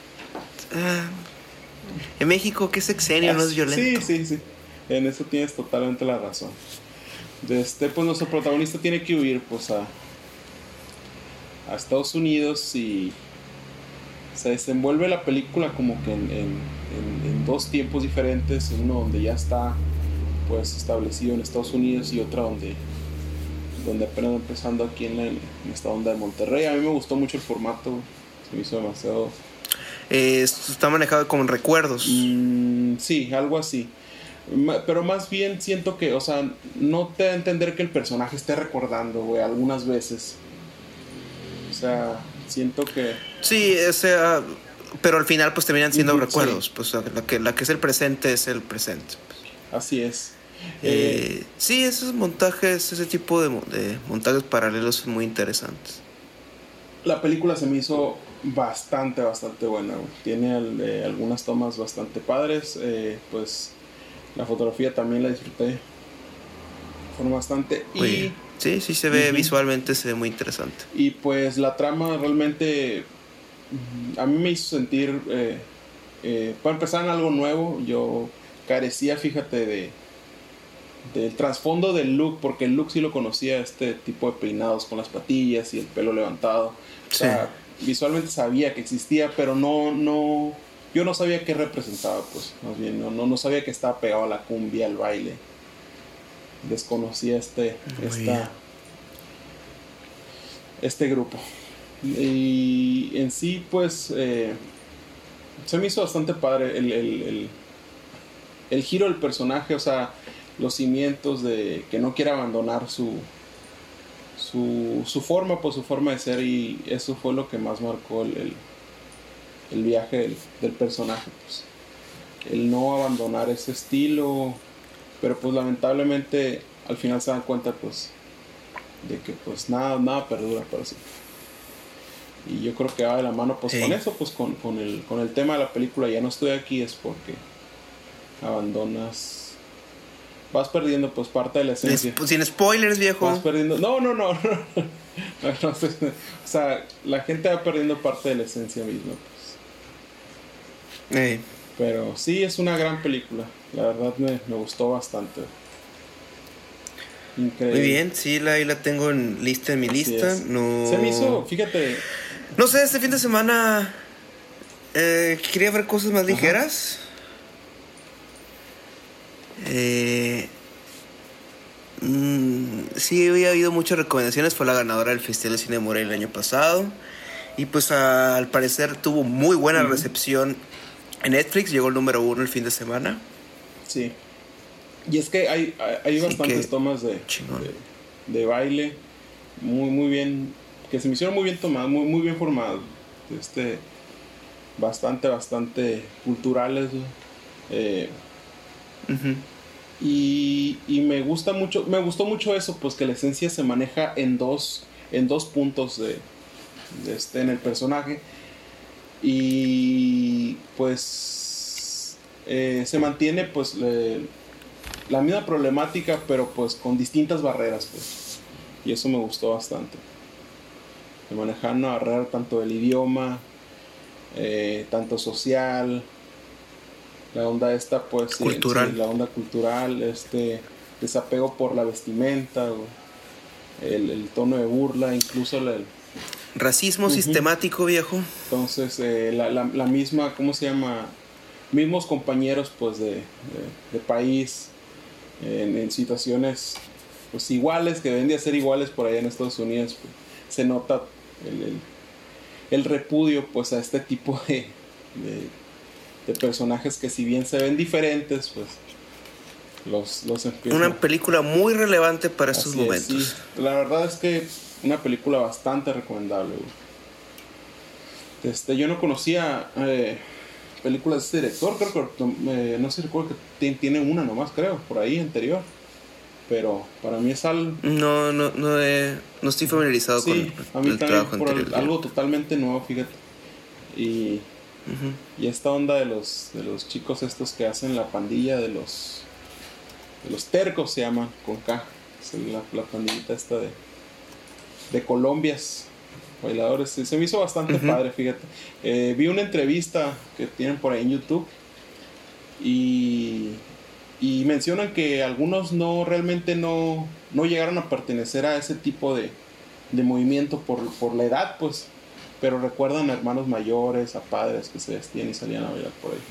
en México, ¿qué sexenio no es violento? Sí, en eso tienes totalmente la razón. Pues nuestro protagonista tiene que huir pues a Estados Unidos, y se desenvuelve la película como que en dos tiempos diferentes, uno donde ya está pues establecido en Estados Unidos y otra donde apenas empezando aquí en esta onda de Monterrey. A mí me gustó mucho el formato, se me hizo demasiado... está manejado como en recuerdos. Sí, algo así. Pero más bien siento que, o sea, no te da a entender que el personaje esté recordando, güey, algunas veces. O sea, siento que... Sí, o sea, pero al final pues terminan siendo recuerdos. Sí. Pues la que es el presente es el presente. Así es. Sí, esos montajes, ese tipo de montajes paralelos son muy interesantes. La película se me hizo bastante buena, güey. Tiene algunas tomas bastante padres. Pues la fotografía también la disfruté. Fueron bastante. Y sí se ve visualmente, se ve muy interesante. Y pues la trama realmente a mí me hizo sentir, para empezar, en algo nuevo. Yo carecía, fíjate, del trasfondo del look, porque el look sí lo conocía, este tipo de peinados con las patillas y el pelo levantado. O sea, visualmente sabía que existía, pero yo no sabía qué representaba, pues, más bien, no sabía que estaba pegado a la cumbia, al baile. Desconocía este grupo. Y en sí, pues, se me hizo bastante padre el giro del personaje, o sea, los cimientos de que no quiere abandonar su forma, pues su forma de ser, y eso fue lo que más marcó el viaje del personaje, pues, el no abandonar ese estilo. Pero pues lamentablemente al final se dan cuenta pues de que pues nada perdura para siempre. Y yo creo que va de la mano pues con eso, pues con el tema de la película Ya no estoy aquí, es porque abandonas, vas perdiendo pues parte de la esencia. Sin spoilers, viejo. Vas perdiendo. No. O sea, la gente va perdiendo parte de la esencia misma, pues. Pero sí, es una gran película. La verdad me gustó bastante. Increíble. Muy bien, sí, ahí la tengo en mi lista. No... Se me hizo, fíjate. No sé, este fin de semana quería ver cosas más ligeras. Sí, había habido muchas recomendaciones. Fue la ganadora del Festival de Cine de Morelia el año pasado. Y pues al parecer tuvo muy buena recepción en Netflix. Llegó el número 1 el fin de semana. Sí. Y es que hay bastantes tomas de baile muy bien, que se me hicieron muy bien tomadas, muy bien formadas, bastante culturales. Y me gustó mucho eso, pues que la esencia se maneja en dos puntos en el personaje. Y pues se mantiene pues la misma problemática, pero pues con distintas barreras, pues. Y eso me gustó bastante. De manejar una barrera tanto del idioma, tanto social, la onda esta pues cultural. Sí, la onda cultural, desapego por la vestimenta, el tono de burla, incluso racismo sistemático, viejo. Entonces la misma, ¿cómo se llama? Mismos compañeros pues de país en situaciones pues iguales, que deben de ser iguales por allá en Estados Unidos, pues, se nota el repudio pues a este tipo de personajes que si bien se ven diferentes, pues los empiezan. Una película muy relevante para estos momentos. Sí. La verdad es que una película bastante recomendable, güey. Yo no conocía películas de este director, creo que no sé, recuerdo que tiene una nomás, creo, por ahí anterior. Pero para mí es algo... No estoy familiarizado con el trabajo anterior. Algo totalmente nuevo, fíjate. Y esta onda de los chicos estos que hacen la pandilla de los tercos, se llaman, con K. Es la pandillita esta de colombias, bailadores. Se me hizo bastante padre, fíjate. Vi una entrevista que tienen por ahí en YouTube y mencionan que algunos realmente no llegaron a pertenecer a ese tipo de movimiento por la edad, pues, pero recuerdan a hermanos mayores, a padres que se vestían y salían a bailar por ahí.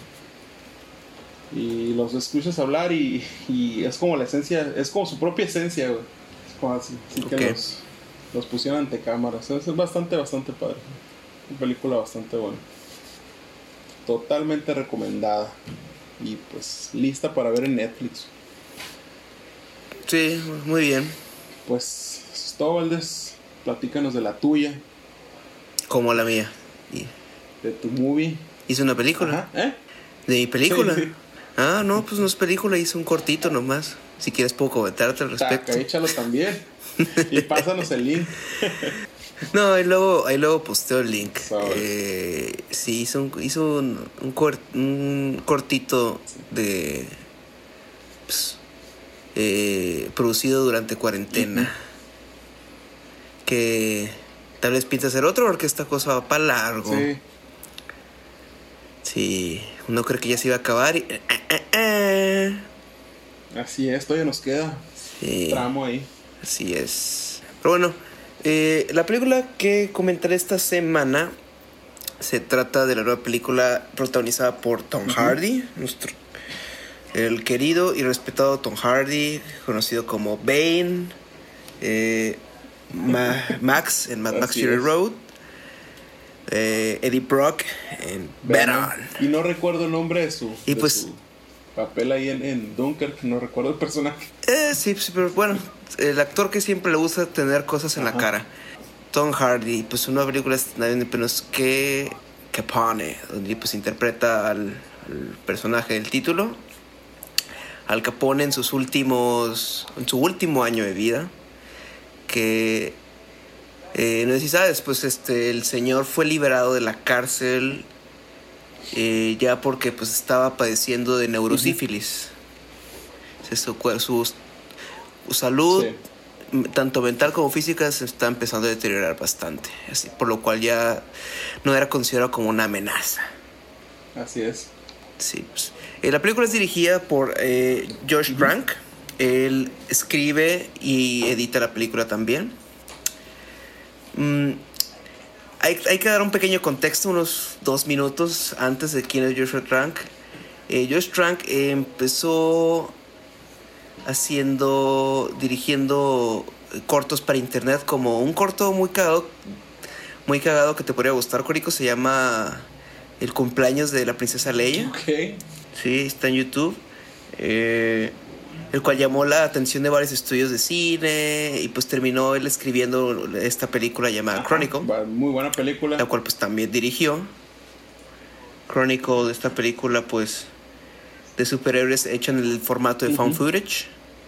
Y los escuchas hablar y es como la esencia, es como su propia esencia, güey. Es como así que los pusieron ante cámaras. Es bastante padre. Una película bastante buena. Totalmente recomendada. Y pues lista para ver en Netflix. Sí, muy bien. Pues eso es todo, Valdés. Platícanos de la tuya. Como la mía. De tu movie. Hice una película. Ajá. De mi película. Sí. Ah, no, pues no es película, hice un cortito nomás. Si quieres puedo comentarte al respecto. Échalo también. Y pásanos el link. No, ahí luego posteo el link. Sí, hizo un cortito de producido durante cuarentena. Que tal vez piensa hacer otro porque esta cosa va para largo. Sí. Sí, uno cree que ya se iba a acabar y... Así es, todavía nos queda tramo ahí. Así es. Pero bueno, la película que comentaré esta semana se trata de la nueva película protagonizada por Tom Hardy, el querido y respetado Tom Hardy, conocido como Bane, Max en Mad Max Fury Road, Eddie Brock en Venom. Y no recuerdo el nombre de su papel ahí en Dunkirk, no recuerdo el personaje. Sí, pero bueno, el actor que siempre le gusta tener cosas en la cara. Tom Hardy, pues una película es nadie menos que Capone, donde pues interpreta al personaje del título, Al Capone en su último año de vida, que no sé si sabes, pues el señor fue liberado de la cárcel ya porque pues estaba padeciendo de neurosífilis. Su salud, tanto mental como física, se está empezando a deteriorar bastante, así, por lo cual ya no era considerado como una amenaza. Así es. Sí, pues. La película es dirigida por Josh Trank. Él escribe y edita la película también. Hay que dar un pequeño contexto, unos 2 minutos antes de quién es Josh Trank. Josh Trank empezó dirigiendo cortos para internet, como un corto muy cagado que te podría gustar, Corico. Se llama El cumpleaños de la princesa Leia. Okay. Sí, está en YouTube. El cual llamó la atención de varios estudios de cine y pues terminó él escribiendo esta película llamada Chronicle. Muy buena película. La cual pues también dirigió. Chronicle de esta película pues de superhéroes hecha en el formato de found footage.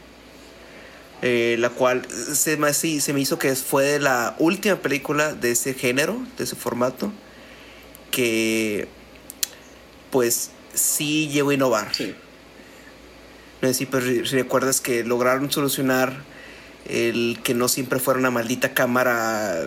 La cual se me hizo que fue la última película de ese género, de ese formato, que pues sí llegó a innovar. Sí. No sé si recuerdas que lograron solucionar el que no siempre fuera una maldita cámara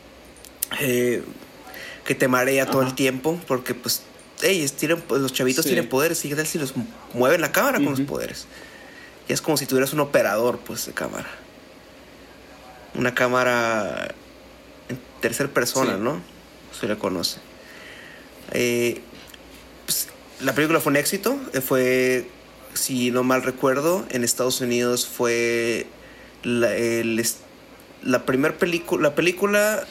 que te marea todo el tiempo, porque pues los chavitos tienen poderes, y qué tal si los mueven la cámara con los poderes. Y es como si tuvieras un operador, pues, de cámara. Una cámara en tercera persona, ¿no? Se le conoce. Pues, la película fue un éxito. Fue, si no mal recuerdo, en Estados Unidos fue la primera película. La película.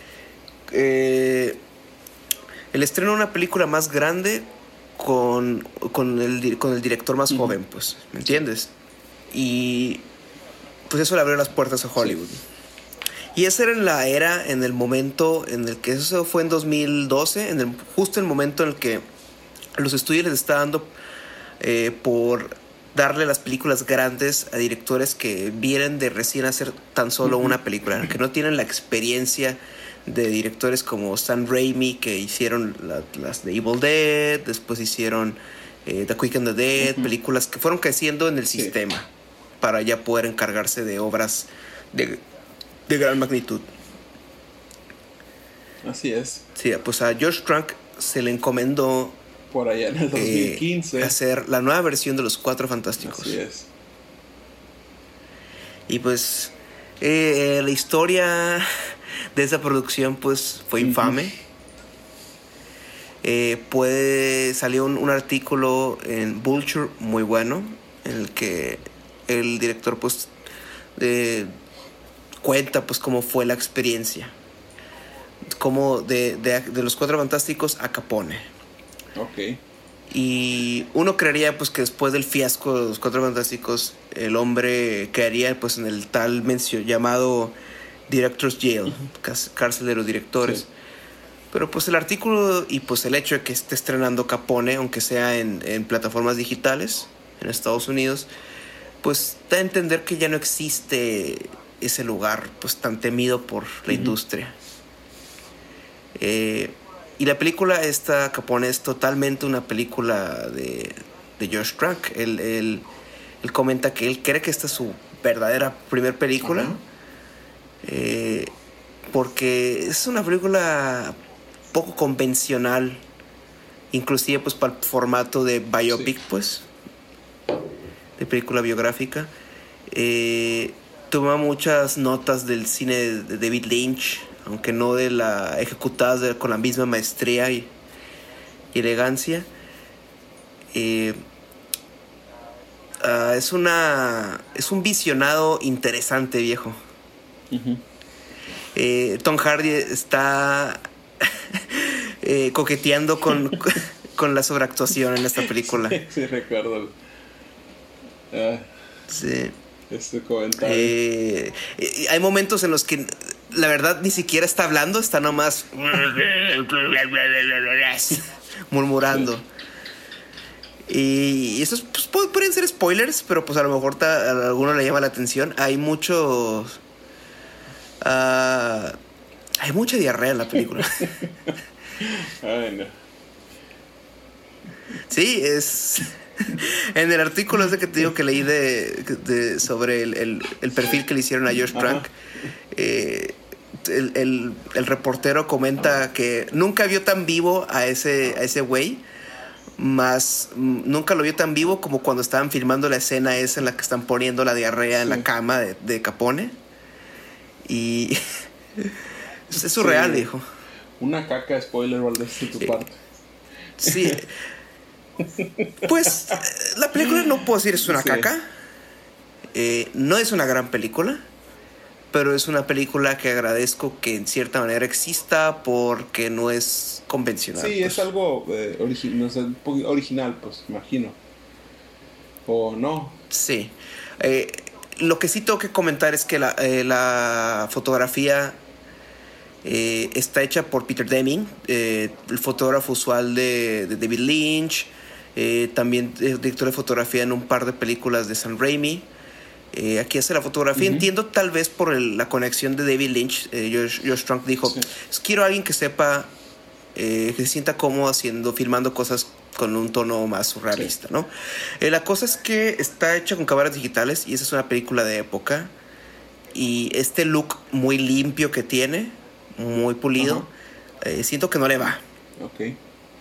El estreno de una película más grande con el director más joven, pues, ¿me entiendes? Y pues eso le abrió las puertas a Hollywood. Y esa era en el momento en el que eso fue en 2012, justo el momento en el que los estudios les está dando por darle las películas grandes a directores que vienen de recién hacer tan solo una película, que no tienen la experiencia de directores como Sam Raimi, que hicieron las de Evil Dead, después hicieron The Quick and the Dead, películas que fueron creciendo en el sistema para ya poder encargarse de obras de gran magnitud. Así es. Sí, pues a George Trank se le encomendó por allá en el 2015 hacer la nueva versión de Los Cuatro Fantásticos. Así es. Y pues la historia de esa producción pues fue infame. Salió un artículo en Vulture muy bueno, en el que el director pues cuenta pues cómo fue la experiencia, como de Los Cuatro Fantásticos a Capone. Ok. Y uno creería pues que después del fiasco de Los Cuatro Fantásticos el hombre caería pues en el tal llamado Director's Jail, cárcel de los directores. Pero pues el artículo y pues el hecho de que esté estrenando Capone, aunque sea en plataformas digitales en Estados Unidos, pues da a entender que ya no existe ese lugar pues tan temido por la industria. Y la película esta, Capone, es totalmente una película de George Trank. Él comenta que él cree que esta es su verdadera primer película. Porque es una película poco convencional, inclusive pues para el formato de biopic, pues, de película biográfica. Toma muchas notas del cine de David Lynch, aunque no de la ejecutadas con la misma maestría y elegancia. Es un visionado interesante, viejo. Tom Hardy está coqueteando con la sobreactuación en esta película. Sí, recuerdo. Sí. Este comentario. Hay momentos en los que la verdad ni siquiera está hablando, está nomás murmurando. Y esos pues, pueden ser spoilers, pero pues a lo mejor a alguno le llama la atención. Hay mucha diarrea en la película. Ay, no. Sí, es... En el artículo ese que te digo que leí sobre el perfil que le hicieron a George Trank, el reportero comenta que nunca vio tan vivo a ese güey, más nunca lo vio tan vivo como cuando estaban filmando la escena esa en la que están poniendo la diarrea en la cama de Capone. Y es surreal, dijo. Una caca, spoiler, Valdés, de tu parte. Sí. Pues la película no puedo decir es una caca. No es una gran película, pero es una película que agradezco que en cierta manera exista porque no es convencional. Sí, pues. Es algo original, pues, imagino. ¿O no? Sí. Lo que sí tengo que comentar es que la fotografía está hecha por Peter Deming, el fotógrafo usual de David Lynch, También director de fotografía en un par de películas de Sam Raimi. Aquí hace la fotografía. Entiendo tal vez por la conexión de David Lynch. Josh Trank dijo, quiero a alguien que sepa, que se sienta cómodo filmando cosas con un tono más surrealista, ¿no? La cosa es que está hecha con cámaras digitales y esa es una película de época. Y este look muy limpio que tiene, muy pulido, siento que no le va. Ok.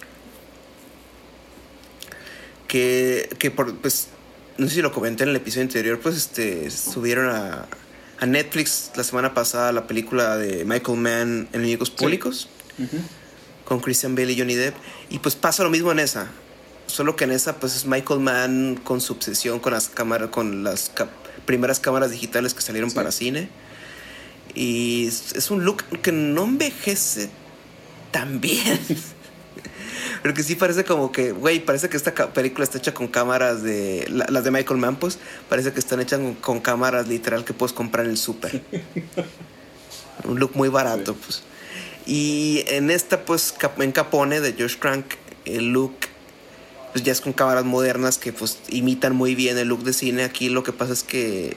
Pues, no sé si lo comenté en el episodio anterior, pues subieron a Netflix la semana pasada la película de Michael Mann, Enemigos Públicos, con Christian Bale y Johnny Depp, y pues pasa lo mismo en esa, solo que en esa pues es Michael Mann con su obsesión con las cámaras, con las primeras cámaras digitales que salieron para cine, y es un look que no envejece tan bien. Pero que sí parece como que, güey, parece que esta película está hecha con cámaras las de Michael Mann, pues, parece que están hechas con cámaras literal que puedes comprar en el súper. Un look muy barato, pues. Y en esta, pues, en Capone de Josh Trank, el look, pues ya es con cámaras modernas que, pues, imitan muy bien el look de cine. Aquí lo que pasa es que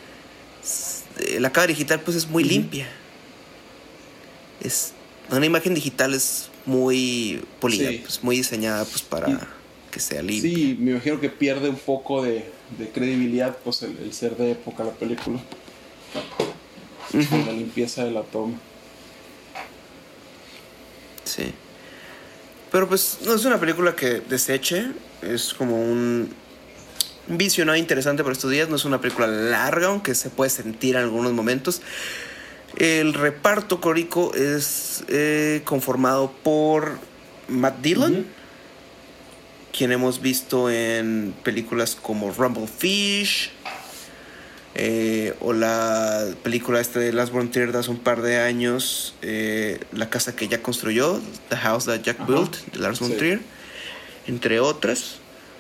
la cámara digital, pues, es muy limpia. Una imagen digital es muy polida, pues muy diseñada pues para que sea limpia. Sí, me imagino que pierde un poco de credibilidad pues el ser de época la película. Con la limpieza de la toma. Sí. Pero pues no es una película que deseche, es como un visionado interesante por estos días, no es una película larga, aunque se puede sentir en algunos momentos. El reparto córico es conformado por Matt Dillon, quien hemos visto en películas como Rumble Fish, o la película de Last Born Theater de hace un par de años, La casa que Jack construyó, The House That Jack Built, de Lars von Trier, entre otras.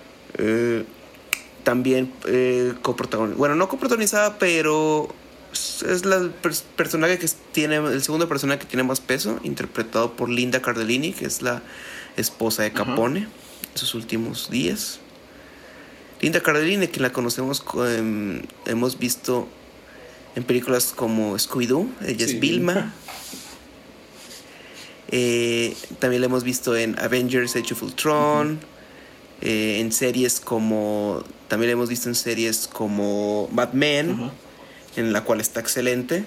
También coprotagonizada, bueno, no coprotagonizada, pero es el personaje que tiene el segundo personaje que tiene más peso, interpretado por Linda Cardellini, que es la esposa de Capone en sus últimos días. Linda Cardellini, que la conocemos, hemos visto en películas como Scooby-Doo, ella es Vilma. También la hemos visto en Avengers Age of Ultron, en series como, también la hemos visto en series como Mad Men, en la cual está excelente.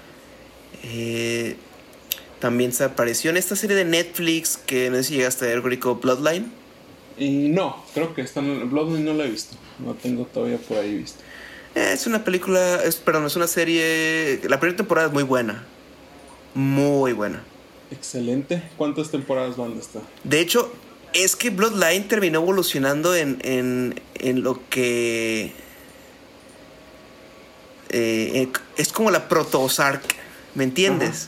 También se apareció en esta serie de Netflix que no sé si llegaste a ver, Grico, Bloodline. Y no, creo que Bloodline no la he visto. No tengo todavía por ahí visto. Es una película, es una serie. La primera temporada es muy buena. Muy buena. Excelente. ¿Cuántas temporadas van de esta? De hecho, es que Bloodline terminó evolucionando en lo que es como la proto-Ozark, ¿me entiendes?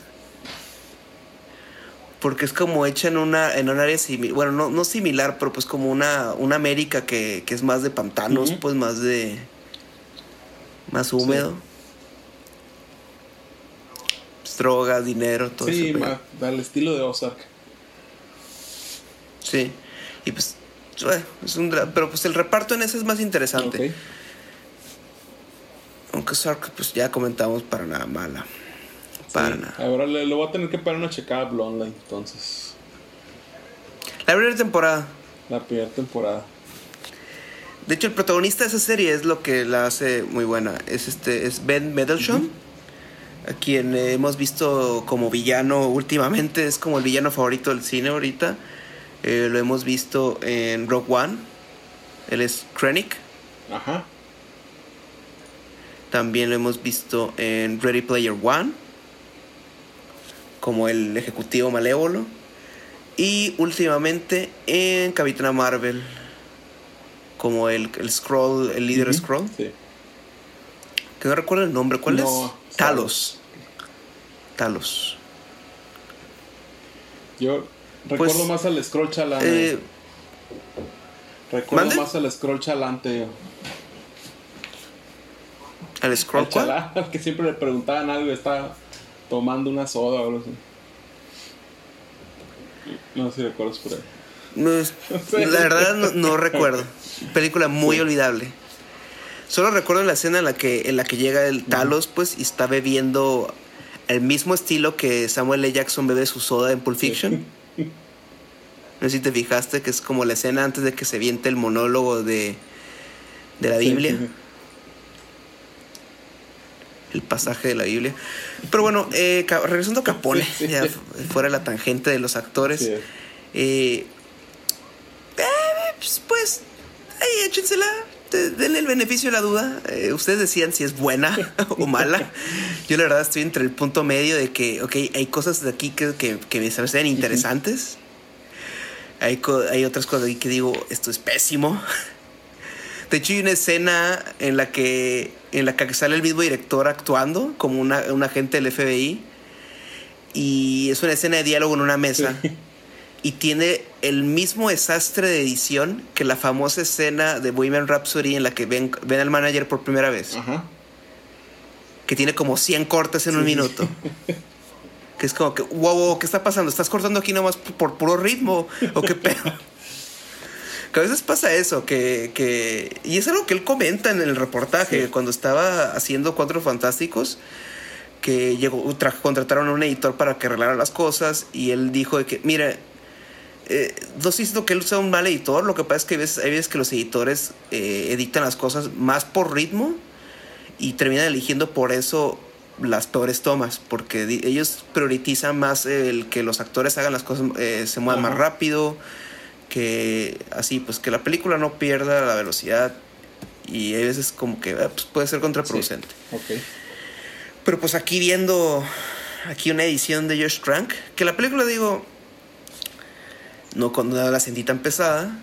Porque es como hecha en un área similar, bueno, no similar, pero pues como una América que es más de pantanos, pues más húmedo. Pues, drogas, dinero, todo eso. Sí, al estilo de Ozark. Sí, y pues es pero pues el reparto en ese es más interesante. Aunque Ozark, pues ya comentamos, para nada mala. Para nada. Ahora le voy a tener que parar una checada a Bloodline, entonces. La primera temporada. De hecho, el protagonista de esa serie es lo que la hace muy buena. Es Ben Mendelsohn, a quien hemos visto como villano últimamente. Es como el villano favorito del cine ahorita. Lo hemos visto en Rogue One. Él es Krennic. También lo hemos visto en Ready Player One, como el ejecutivo malévolo. Y últimamente en Capitana Marvel, como el Skrull, el líder Skrull. Sí. Que no recuerdo el nombre. ¿Cuál es? Talos. Yo recuerdo más al Skrull Chalante. Más al Skrull Chalante. ¿Al Skrull cuál? Al que siempre le preguntaban algo y estaba tomando una soda o algo así. No sé si recuerdas por ahí. La verdad no recuerdo. Película muy olvidable. Solo recuerdo la escena en la que llega el Talos, pues, y está bebiendo el mismo estilo que Samuel L. Jackson bebe su soda en Pulp Fiction. No sé si te fijaste que es como la escena antes de que se viente el monólogo de la Biblia. El pasaje de la Biblia. Pero bueno, regresando a Capone, ya fuera la tangente de los actores. Pues ahí échensela, denle el beneficio de la duda. Ustedes decían si es buena o mala. Yo la verdad estoy entre el punto medio de que, ok, hay cosas de aquí que me parecen interesantes. Hay otras cosas aquí que digo, esto es pésimo. De hecho, hay una escena en la que sale el mismo director actuando como un agente del FBI. Y es una escena de diálogo en una mesa. Y tiene el mismo desastre de edición que la famosa escena de Bohemian Rhapsody en la que ven al manager por primera vez. Ajá. Que tiene como 100 cortes en un minuto. Que es como que, wow, ¿qué está pasando? ¿Estás cortando aquí nomás por puro ritmo? ¿O qué pedo? Que a veces pasa eso, y es algo que él comenta en el reportaje, cuando estaba haciendo Cuatro Fantásticos, que contrataron a un editor para que arreglara las cosas, y él dijo de que, mira, no estoy diciendo que él sea un mal editor, lo que pasa es que hay veces que los editores editan las cosas más por ritmo y terminan eligiendo por eso las peores tomas, porque ellos priorizan más el que los actores hagan las cosas, se muevan más rápido, que así, pues que la película no pierda la velocidad, y hay veces como que pues puede ser contraproducente. Sí. Okay. Pero pues aquí viendo una edición de Josh Trank, que la película, digo, no cuando la sentí tan pesada,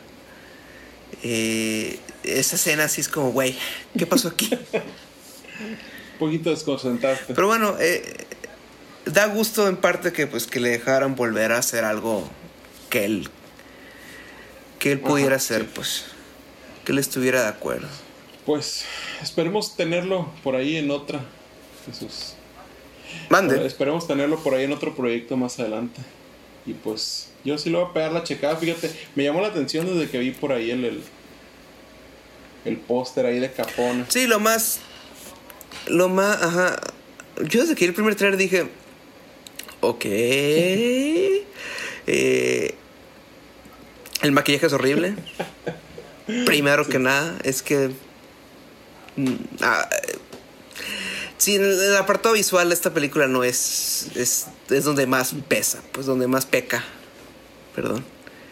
esa escena así es como, güey, ¿qué pasó aquí? Un poquito desconcentraste. Pero bueno, da gusto en parte que le dejaran volver a hacer algo que él pudiera hacer, pues, que él estuviera de acuerdo. Pues esperemos tenerlo por ahí en otra, Jesús. Mande. Esperemos tenerlo por ahí en otro proyecto más adelante. Y pues yo sí le voy a pegar la checada. Fíjate, me llamó la atención desde que vi por ahí el póster ahí de Capone. Sí, lo más, ajá. Yo desde que vi el primer trailer dije, ok. El maquillaje es horrible. Primero que nada, es que sí, el apartado visual de esta película no es donde más pesa, pues donde más peca. Perdón.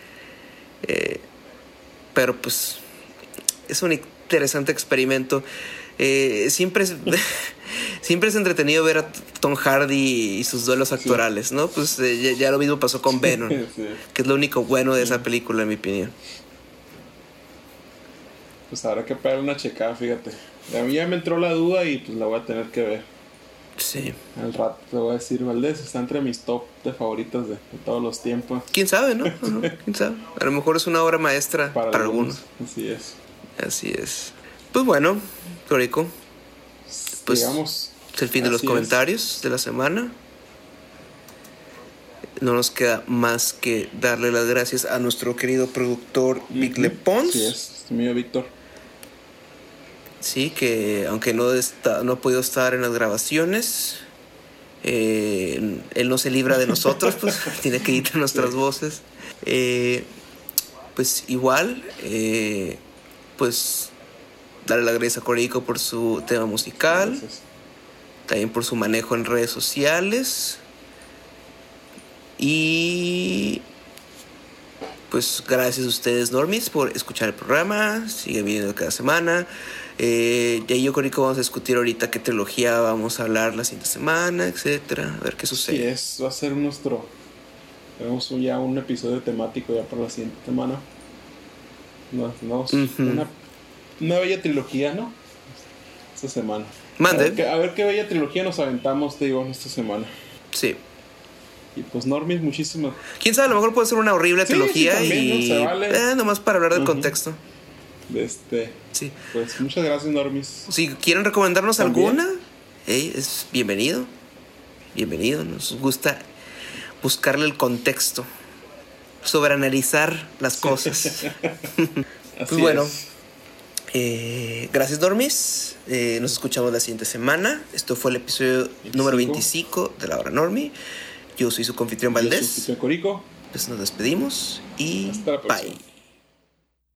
Pero pues es un interesante experimento. Siempre es entretenido ver a Tom Hardy y sus duelos actorales, ¿no? Pues ya lo mismo pasó con Venom, que es lo único bueno de esa película, en mi opinión. Pues habrá que pegar una checada, fíjate. A mí ya me entró la duda y pues la voy a tener que ver. Sí. Al rato te voy a decir, Valdés, está entre mis top de favoritos de todos los tiempos. ¿Quién sabe, no? ¿Quién sabe? A lo mejor es una obra maestra para algunos. Así es. Así es. Pues bueno, Corico, pues digamos, es el fin de los comentarios de la semana. No nos queda más que darle las gracias a nuestro querido productor Vic Lepons. Sí, es mío, Víctor. Sí, que aunque no ha podido estar en las grabaciones, él no se libra de nosotros, pues tiene que editar nuestras voces. Pues igual, pues darle las gracias a Corico por su tema musical. Gracias. También por su manejo en redes sociales. Y pues gracias a ustedes, normies, por escuchar el programa. Sigue viniendo cada semana. Y yo, Corico, vamos a discutir ahorita qué trilogía vamos a hablar la siguiente semana, etcétera. A ver qué sucede. Sí, va a ser tenemos ya un episodio temático ya para la siguiente semana. Una bella trilogía, ¿no? Esta semana. Mande. A ver qué bella trilogía nos aventamos, te digo, esta semana. Sí. Y pues, normies, muchísimas. Quién sabe, a lo mejor puede ser una horrible trilogía, sí, también, y ¿no? Se vale. Nomás para hablar del contexto. Sí. Pues muchas gracias, normies. Si quieren recomendarnos ¿también? Alguna, es bienvenido. Bienvenido. Nos gusta buscarle el contexto. sobreanalizar las cosas. Pues bueno, gracias, Normis. Nos escuchamos la siguiente semana. Esto fue el episodio número 25 de La Hora Normie. Yo soy su confitrión Valdés. Yo soy su Corico. Pues nos despedimos y hasta la próxima. Bye.